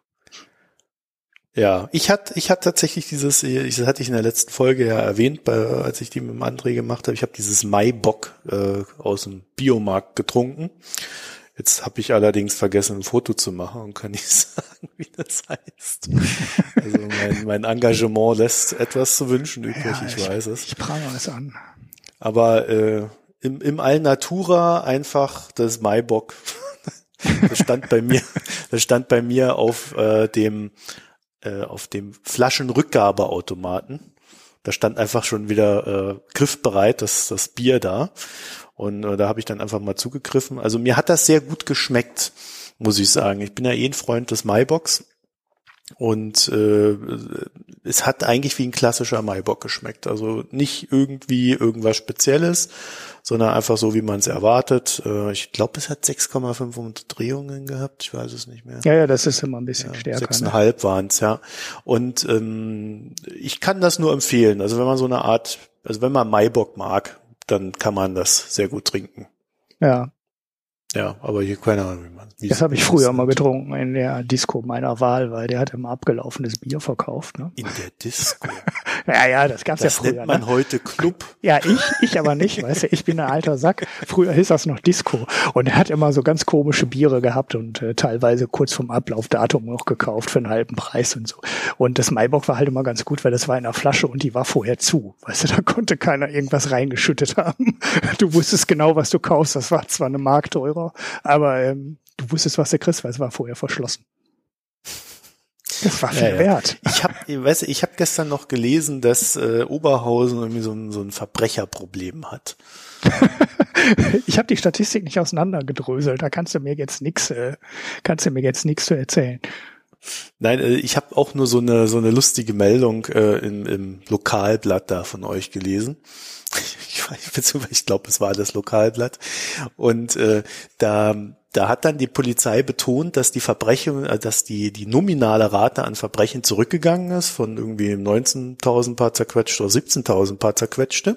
Ja, ich hatte ich hatte tatsächlich dieses, ich, das hatte ich in der letzten Folge ja erwähnt, bei, als ich die mit dem André gemacht habe, ich habe dieses Maibock äh, aus dem Biomarkt getrunken. Jetzt habe ich allerdings vergessen, ein Foto zu machen und kann nicht sagen, wie das heißt. Also mein, mein Engagement lässt etwas zu wünschen übrig, ja, ich, ich weiß es. Ich prangere es an. Aber äh, im, im Alnatura einfach das Maibock. Das stand bei mir, das stand bei mir auf äh, dem äh, auf dem Flaschenrückgabeautomaten. Da stand einfach schon wieder äh, griffbereit das das Bier da. Und äh, da habe ich dann einfach mal zugegriffen. Also mir hat das sehr gut geschmeckt, muss ich sagen. Ich bin ja eh ein Freund des Maibocks. Und äh, es hat eigentlich wie ein klassischer Maibock geschmeckt. Also nicht irgendwie irgendwas Spezielles, sondern einfach so, wie man es erwartet. Äh, ich glaube, es hat sechs Komma fünf Umdrehungen gehabt. Ich weiß es nicht mehr. Ja, ja, das ist immer ein bisschen Ja, stärker. sechs Ne? Komma fünf waren es, ja. Und ähm, ich kann das nur empfehlen. Also wenn man so eine Art, also wenn man Maibock mag, dann kann man das sehr gut trinken. Ja. Ja, aber hier keine Ahnung, wie man. Wie Das habe ich wie früher das mal nennt. getrunken in der Disco meiner Wahl, weil der hat immer abgelaufenes Bier verkauft. Ne? In der Disco. Ja, ja, das gab's Das ja früher. nennt man ne? heute Club. Ja, ich, ich aber nicht, weißt du, ich bin ein alter Sack. Früher hieß das noch Disco. Und er hat immer so ganz komische Biere gehabt und äh, teilweise kurz vom Ablaufdatum noch gekauft für einen halben Preis und so. Und das Maibock war halt immer ganz gut, weil das war in einer Flasche und die war vorher zu. Weißt du, da konnte keiner irgendwas reingeschüttet haben. Du wusstest genau, was du kaufst. Das war zwar eine Mark teurer, aber ähm, du wusstest, was du kriegst, weil es war vorher verschlossen. Das war viel Ja, ja. wert. Ich habe, weißt du, ich habe gestern noch gelesen, dass äh, Oberhausen irgendwie so ein, so ein Verbrecherproblem hat. Ich habe die Statistik nicht auseinandergedröselt. Da kannst du mir jetzt nix, äh, kannst du mir jetzt nix zu erzählen. Nein, äh, ich habe auch nur so eine so eine lustige Meldung äh, im, im Lokalblatt da von euch gelesen. Ich, weiß, ich glaube, es war das Lokalblatt. Und äh, da da hat dann die Polizei betont, dass die Verbrechen, äh, dass die die nominale Rate an Verbrechen zurückgegangen ist von irgendwie neunzehntausend paar zerquetschte oder siebzehntausend paar zerquetschte.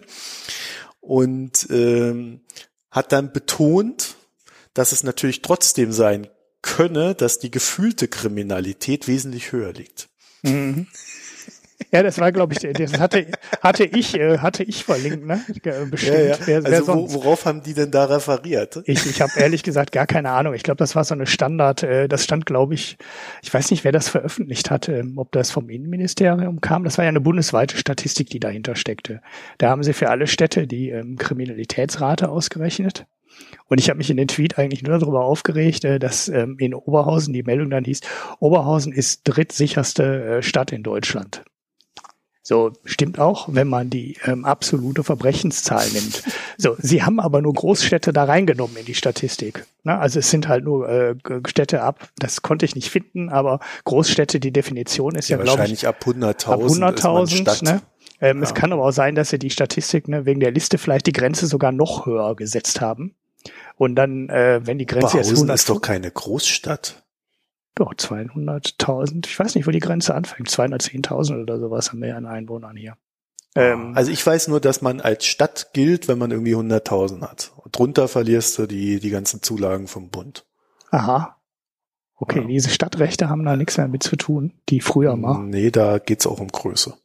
Und ähm, hat dann betont, dass es natürlich trotzdem sein könne, dass die gefühlte Kriminalität wesentlich höher liegt. Mhm. Ja, das war, glaube ich, das hatte, hatte ich, hatte ich verlinkt, ne? Bestimmt. Ja, ja. Wer, wer also sonst? Wo, worauf haben die denn da referiert? Ich, ich habe ehrlich gesagt gar keine Ahnung. Ich glaube, das war so eine Standard, das stand, glaube ich, ich weiß nicht, wer das veröffentlicht hatte, ob das vom Innenministerium kam. Das war ja eine bundesweite Statistik, die dahinter steckte. Da haben sie für alle Städte die ähm, Kriminalitätsrate ausgerechnet. Und ich habe mich in den Tweet eigentlich nur darüber aufgeregt, dass ähm, in Oberhausen die Meldung dann hieß, Oberhausen ist drittsicherste äh, Stadt in Deutschland. So, stimmt auch, wenn man die ähm, absolute Verbrechenszahl nimmt. So, sie haben aber nur Großstädte da reingenommen in die Statistik. Ne? Also es sind halt nur äh, Städte ab, das konnte ich nicht finden, aber Großstädte, die Definition ist ja, ja glaube ich, wahrscheinlich ab hunderttausend. Ab hunderttausend, ne? Ähm, ja. Es kann aber auch sein, dass sie die Statistik, ne, wegen der Liste vielleicht die Grenze sogar noch höher gesetzt haben. Und dann, äh, wenn die Grenze jetzt hundert ist doch keine Großstadt. Doch, zweihunderttausend. Ich weiß nicht, wo die Grenze anfängt. zweihundertzehntausend oder sowas haben wir ja an Einwohnern hier. Ähm, also ich weiß nur, dass man als Stadt gilt, wenn man irgendwie hunderttausend hat. Und drunter verlierst du die, die ganzen Zulagen vom Bund. Aha. Okay, ja. Diese Stadtrechte haben da nichts mehr mit zu tun, die früher mal. Nee, da geht's auch um Größe.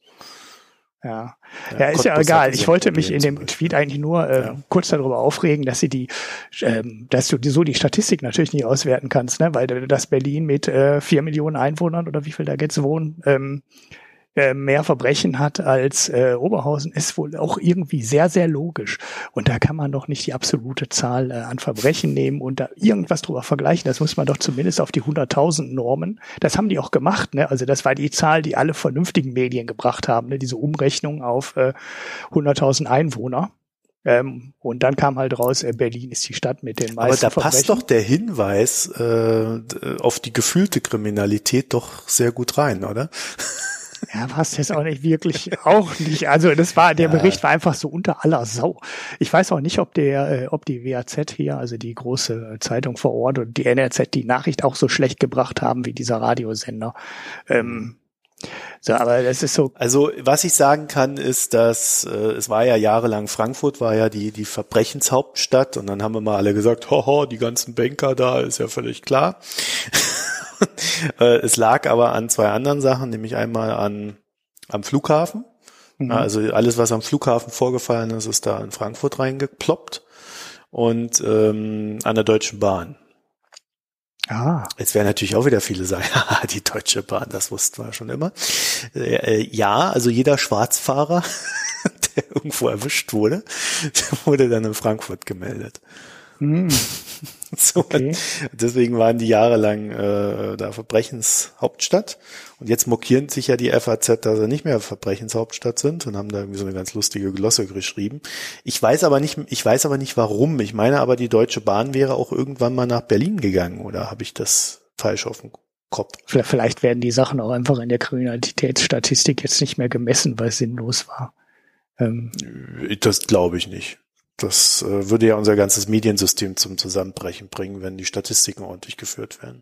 Ja, ja, ja ist ja egal. Ich wollte mich in dem Tweet eigentlich nur äh, ja. kurz darüber aufregen, dass sie die, ähm, dass du die, so die Statistik natürlich nicht auswerten kannst, ne, weil das Berlin mit äh, vier Millionen Einwohnern oder wie viel da jetzt wohnen, ähm, äh, mehr Verbrechen hat als äh, Oberhausen, ist wohl auch irgendwie sehr, sehr logisch. Und da kann man doch nicht die absolute Zahl äh, an Verbrechen nehmen und da irgendwas drüber vergleichen. Das muss man doch zumindest auf die hunderttausend Normen. Das haben die auch gemacht, ne? Also das war die Zahl, die alle vernünftigen Medien gebracht haben, ne? Diese Umrechnung auf äh, hunderttausend Einwohner. Ähm, und dann kam halt raus, äh, Berlin ist die Stadt mit den meisten Aber da passt Verbrechen. doch der Hinweis äh, auf die gefühlte Kriminalität doch sehr gut rein, oder? Ja, passt jetzt auch nicht wirklich, auch nicht. Also das war, der ja. Bericht war einfach so unter aller Sau. Ich weiß auch nicht, ob der, äh, ob die W A Z hier, also die große Zeitung vor Ort und die N R Z die Nachricht auch so schlecht gebracht haben wie dieser Radiosender. Ähm, so, aber das ist so. Also was ich sagen kann, ist, dass äh, es war ja jahrelang, Frankfurt war ja die die Verbrechenshauptstadt und dann haben wir mal alle gesagt, hoho, die ganzen Banker da, ist ja völlig klar. Es lag aber an zwei anderen Sachen, nämlich einmal an am Flughafen. Mhm. Also alles, was am Flughafen vorgefallen ist, ist da in Frankfurt reingeploppt und ähm, an der Deutschen Bahn. Ah. Jetzt werden natürlich auch wieder viele sagen, haha, die Deutsche Bahn, das wussten wir schon immer. Äh, ja, also jeder Schwarzfahrer, der irgendwo erwischt wurde, der wurde dann in Frankfurt gemeldet. Mhm. So, okay. Deswegen waren die jahrelang äh, da Verbrechenshauptstadt und jetzt mokieren sich ja die F A Z, dass sie nicht mehr Verbrechenshauptstadt sind und haben da irgendwie so eine ganz lustige Glosse geschrieben. Ich weiß aber nicht, ich weiß aber nicht warum. Ich meine aber, die Deutsche Bahn wäre auch irgendwann mal nach Berlin gegangen, oder habe ich das falsch auf dem Kopf? Vielleicht werden die Sachen auch einfach in der Kriminalitätsstatistik jetzt nicht mehr gemessen, weil es sinnlos war. Ähm. Das glaube ich nicht. Das äh, würde ja unser ganzes Mediensystem zum Zusammenbrechen bringen, wenn die Statistiken ordentlich geführt werden.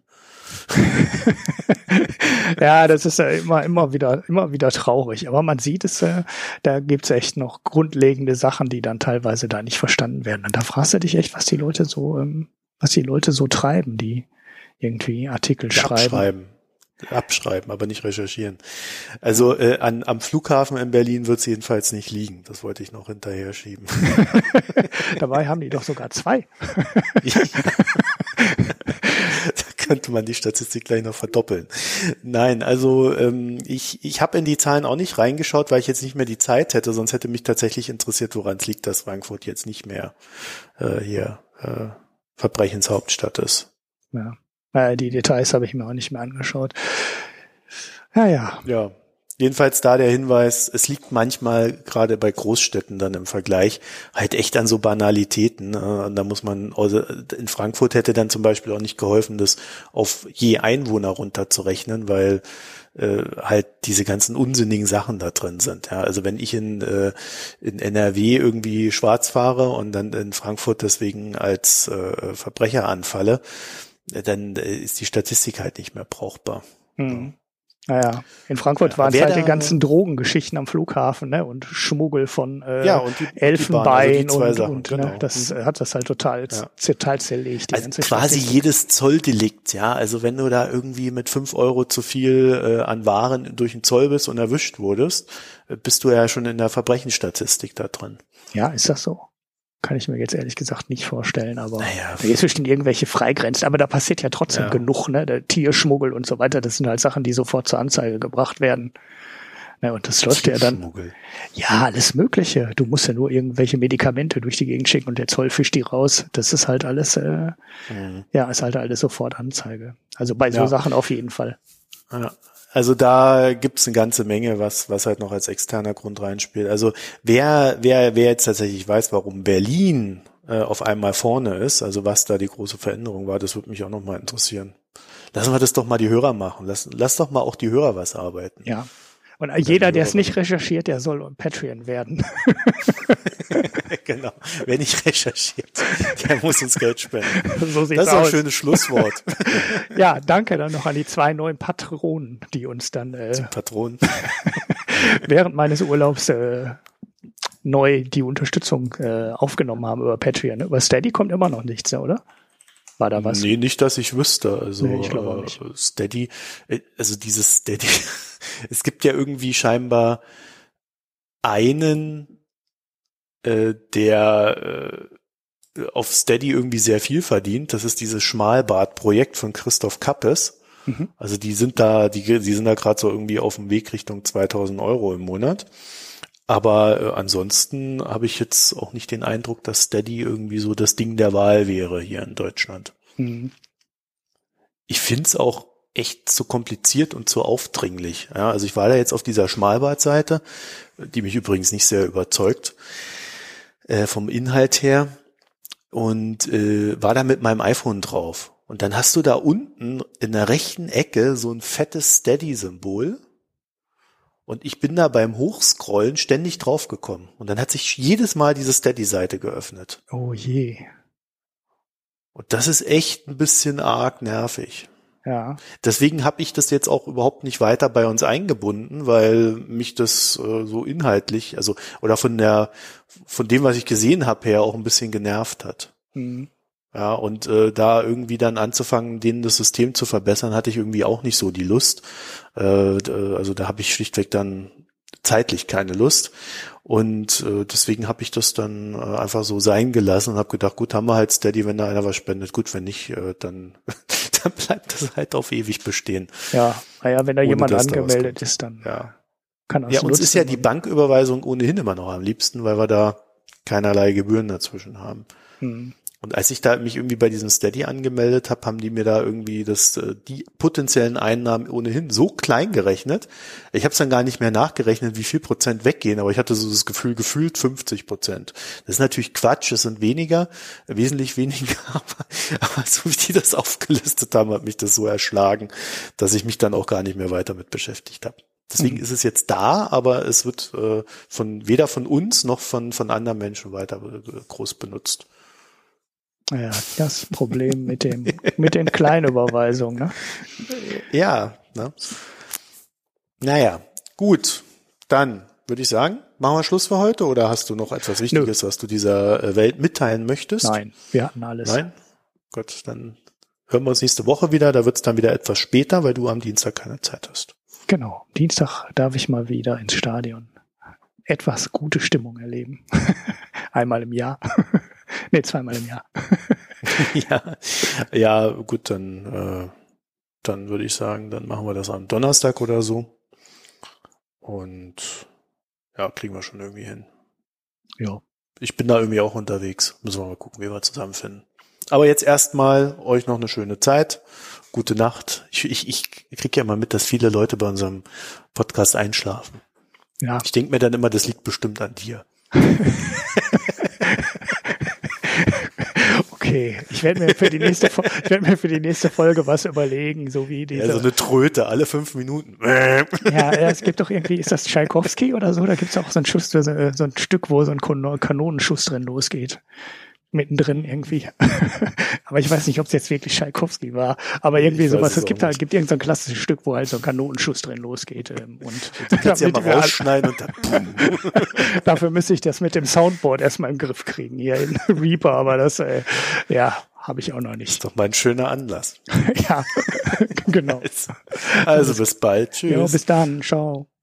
Ja, das ist ja immer, immer wieder, immer wieder traurig. Aber man sieht es, äh, da gibt's echt noch grundlegende Sachen, die dann teilweise da nicht verstanden werden. Und da fragst du dich echt, was die Leute so, ähm, was die Leute so treiben, die irgendwie Artikel ja, schreiben. Abschreiben. Abschreiben, aber nicht recherchieren. Also äh, an, am Flughafen in Berlin wird es jedenfalls nicht liegen. Das wollte ich noch hinterher schieben. Dabei haben die doch sogar zwei. Ja. Da könnte man die Statistik gleich noch verdoppeln. Nein, also ähm, ich ich habe in die Zahlen auch nicht reingeschaut, weil ich jetzt nicht mehr die Zeit hätte. Sonst hätte mich tatsächlich interessiert, woran es liegt, dass Frankfurt jetzt nicht mehr äh, hier äh, Verbrechenshauptstadt ist. Ja. Die Details habe ich mir auch nicht mehr angeschaut. Ja, ja. Ja, jedenfalls da der Hinweis, es liegt manchmal gerade bei Großstädten dann im Vergleich halt echt an so Banalitäten. Und da muss man, also in Frankfurt hätte dann zum Beispiel auch nicht geholfen, das auf je Einwohner runterzurechnen, weil äh, halt diese ganzen unsinnigen Sachen da drin sind. Ja, also wenn ich in, äh, in N R W irgendwie schwarz fahre und dann in Frankfurt deswegen als äh, Verbrecher anfalle, dann ist die Statistik halt nicht mehr brauchbar. Mhm. Naja, in Frankfurt Ja, waren es wer halt die da- ganzen Drogengeschichten am Flughafen, ne? Und Schmuggel von äh, Ja, und die- die Elfenbein Bahn, also die zwei und, Sachen, und genau. ne? Das Mhm. äh, hat das halt total, Ja. total zerlegt. Die Also ganze quasi Statistik. jedes Zolldelikt, ja. Also wenn du da irgendwie mit fünf Euro zu viel äh, an Waren durch den Zoll bist und erwischt wurdest, äh, bist du ja schon in der Verbrechensstatistik da drin. Ja, ist das so? Kann ich mir jetzt ehrlich gesagt nicht vorstellen, aber Naja. da gibt bestimmt irgendwelche Freigrenzen, aber da passiert ja trotzdem Ja. genug, ne? Der Tierschmuggel und so weiter, das sind halt Sachen, die sofort zur Anzeige gebracht werden. Ne, und das läuft ja dann, Schmuggel. ja, alles Mögliche. Du musst ja nur irgendwelche Medikamente durch die Gegend schicken und der Zoll fischt die raus. Das ist halt alles, äh, Mhm. ja, ist halt alles sofort Anzeige. Also bei so Ja. Sachen auf jeden Fall. Ja. Also da gibt's eine ganze Menge, was was halt noch als externer Grund reinspielt. Also wer wer wer jetzt tatsächlich weiß, warum Berlin äh, auf einmal vorne ist, also was da die große Veränderung war, das würde mich auch noch mal interessieren. Lassen wir das doch mal die Hörer machen. Lass, lass doch mal auch die Hörer was arbeiten. Ja. Und jeder, der es Hörer. nicht recherchiert, der soll Patreon werden. Genau. Wer nicht recherchiert, der muss uns Geld spenden. So sieht's Das ist ein aus. schönes Schlusswort. Ja, danke dann noch an die zwei neuen Patronen, die uns dann äh, Patron. während meines Urlaubs äh, neu die Unterstützung äh, aufgenommen haben über Patreon. Über Steady kommt immer noch nichts, ne, oder? War da was? Nee, nicht, dass ich wüsste. Also Nee, ich glaube auch nicht. äh, Steady, äh, also dieses Steady, es gibt ja irgendwie scheinbar einen, äh, der äh, auf Steady irgendwie sehr viel verdient. Das ist dieses Schmalbart-Projekt von Christoph Kappes. Mhm. Also die sind da, die, die sind da gerade so irgendwie auf dem Weg Richtung zweitausend Euro im Monat. Aber äh, ansonsten habe ich jetzt auch nicht den Eindruck, dass Steady irgendwie so das Ding der Wahl wäre hier in Deutschland. Mhm. Ich find's auch echt zu kompliziert und zu aufdringlich. Ja, also ich war da jetzt auf dieser Schmalbart-Seite, die mich übrigens nicht sehr überzeugt äh, vom Inhalt her, und äh, war da mit meinem iPhone drauf. Und dann hast du da unten in der rechten Ecke so ein fettes Steady-Symbol. Und ich bin da beim Hochscrollen ständig draufgekommen. Und dann hat sich jedes Mal diese Steady-Seite geöffnet. Oh je. Und das ist echt ein bisschen arg nervig. Ja. Deswegen habe ich das jetzt auch überhaupt nicht weiter bei uns eingebunden, weil mich das äh, so inhaltlich, also oder von der, von dem, was ich gesehen habe, her auch ein bisschen genervt hat. Mhm. Ja, und äh, da irgendwie dann anzufangen, denen das System zu verbessern, hatte ich irgendwie auch nicht so die Lust. Äh, also da habe ich schlichtweg dann zeitlich keine Lust. Und äh, deswegen habe ich das dann äh, einfach so sein gelassen und habe gedacht, gut, haben wir halt Steady, wenn da einer was spendet. Gut, wenn nicht, äh, dann, dann bleibt das halt auf ewig bestehen. Ja, naja, wenn da Ohne, jemand dass da was angemeldet kommt. ist, dann Ja, kann das ja uns nutzen. ist ja die Banküberweisung ohnehin immer noch am liebsten, weil wir da keinerlei Gebühren dazwischen haben. Mhm. Und als ich da mich irgendwie bei diesem Steady angemeldet habe, haben die mir da irgendwie das äh, die potenziellen Einnahmen ohnehin so klein gerechnet. Ich habe es dann gar nicht mehr nachgerechnet, wie viel Prozent weggehen, aber ich hatte so das Gefühl, gefühlt fünfzig Prozent. Das ist natürlich Quatsch, es sind weniger, wesentlich weniger, aber, aber so wie die das aufgelistet haben, hat mich das so erschlagen, dass ich mich dann auch gar nicht mehr weiter mit beschäftigt habe. Deswegen Mhm. ist es jetzt da, aber es wird äh, von weder von uns noch von von anderen Menschen weiter äh, groß benutzt. Ja, das Problem mit dem mit den Kleinüberweisungen, ne? Ja, ne? Naja, gut. Dann würde ich sagen, machen wir Schluss für heute, oder hast du noch etwas Wichtiges, was du dieser äh, Welt mitteilen möchtest? Nein, wir hatten alles. Nein? Gut, dann hören wir uns nächste Woche wieder. Da wird es dann wieder etwas später, weil du am Dienstag keine Zeit hast. Genau. Dienstag darf ich mal wieder ins Stadion etwas gute Stimmung erleben. Einmal im Jahr. Nee, zweimal im Jahr. ja, ja, gut, dann, äh, dann würde ich sagen, dann machen wir das am Donnerstag oder so. Und ja, kriegen wir schon irgendwie hin. Ja. Ich bin da irgendwie auch unterwegs. Müssen wir mal gucken, wie wir zusammenfinden. Aber jetzt erstmal euch noch eine schöne Zeit. Gute Nacht. Ich, ich, ich kriege ja immer mit, dass viele Leute bei unserem Podcast einschlafen. Ja. Ich denke mir dann immer, das liegt bestimmt an dir. Okay, ich werde mir für die nächste Fo- ich werde mir für die nächste Folge was überlegen, so wie diese. Ja, so eine Tröte, alle fünf Minuten. Ja, ja, es gibt doch irgendwie, ist das Tschaikowski oder so? Da gibt es auch so ein Schuss, so, so ein Stück, wo so ein Kon- Kanonenschuss drin losgeht. mittendrin irgendwie. Aber ich weiß nicht, ob es jetzt wirklich Tschaikowski war. Aber irgendwie ich sowas. Es gibt halt, gibt irgendein so klassisches Stück, wo halt so ein Kanonenschuss drin losgeht. Ähm, und du kannst ja mal rausschneiden und dann dafür müsste ich das mit dem Soundboard erstmal im Griff kriegen hier in Reaper. Aber das, äh, ja, habe ich auch noch nicht. Das ist doch mal ein schöner Anlass. Ja, genau. Also bis bald. Tschüss. Ja, bis dann. Ciao.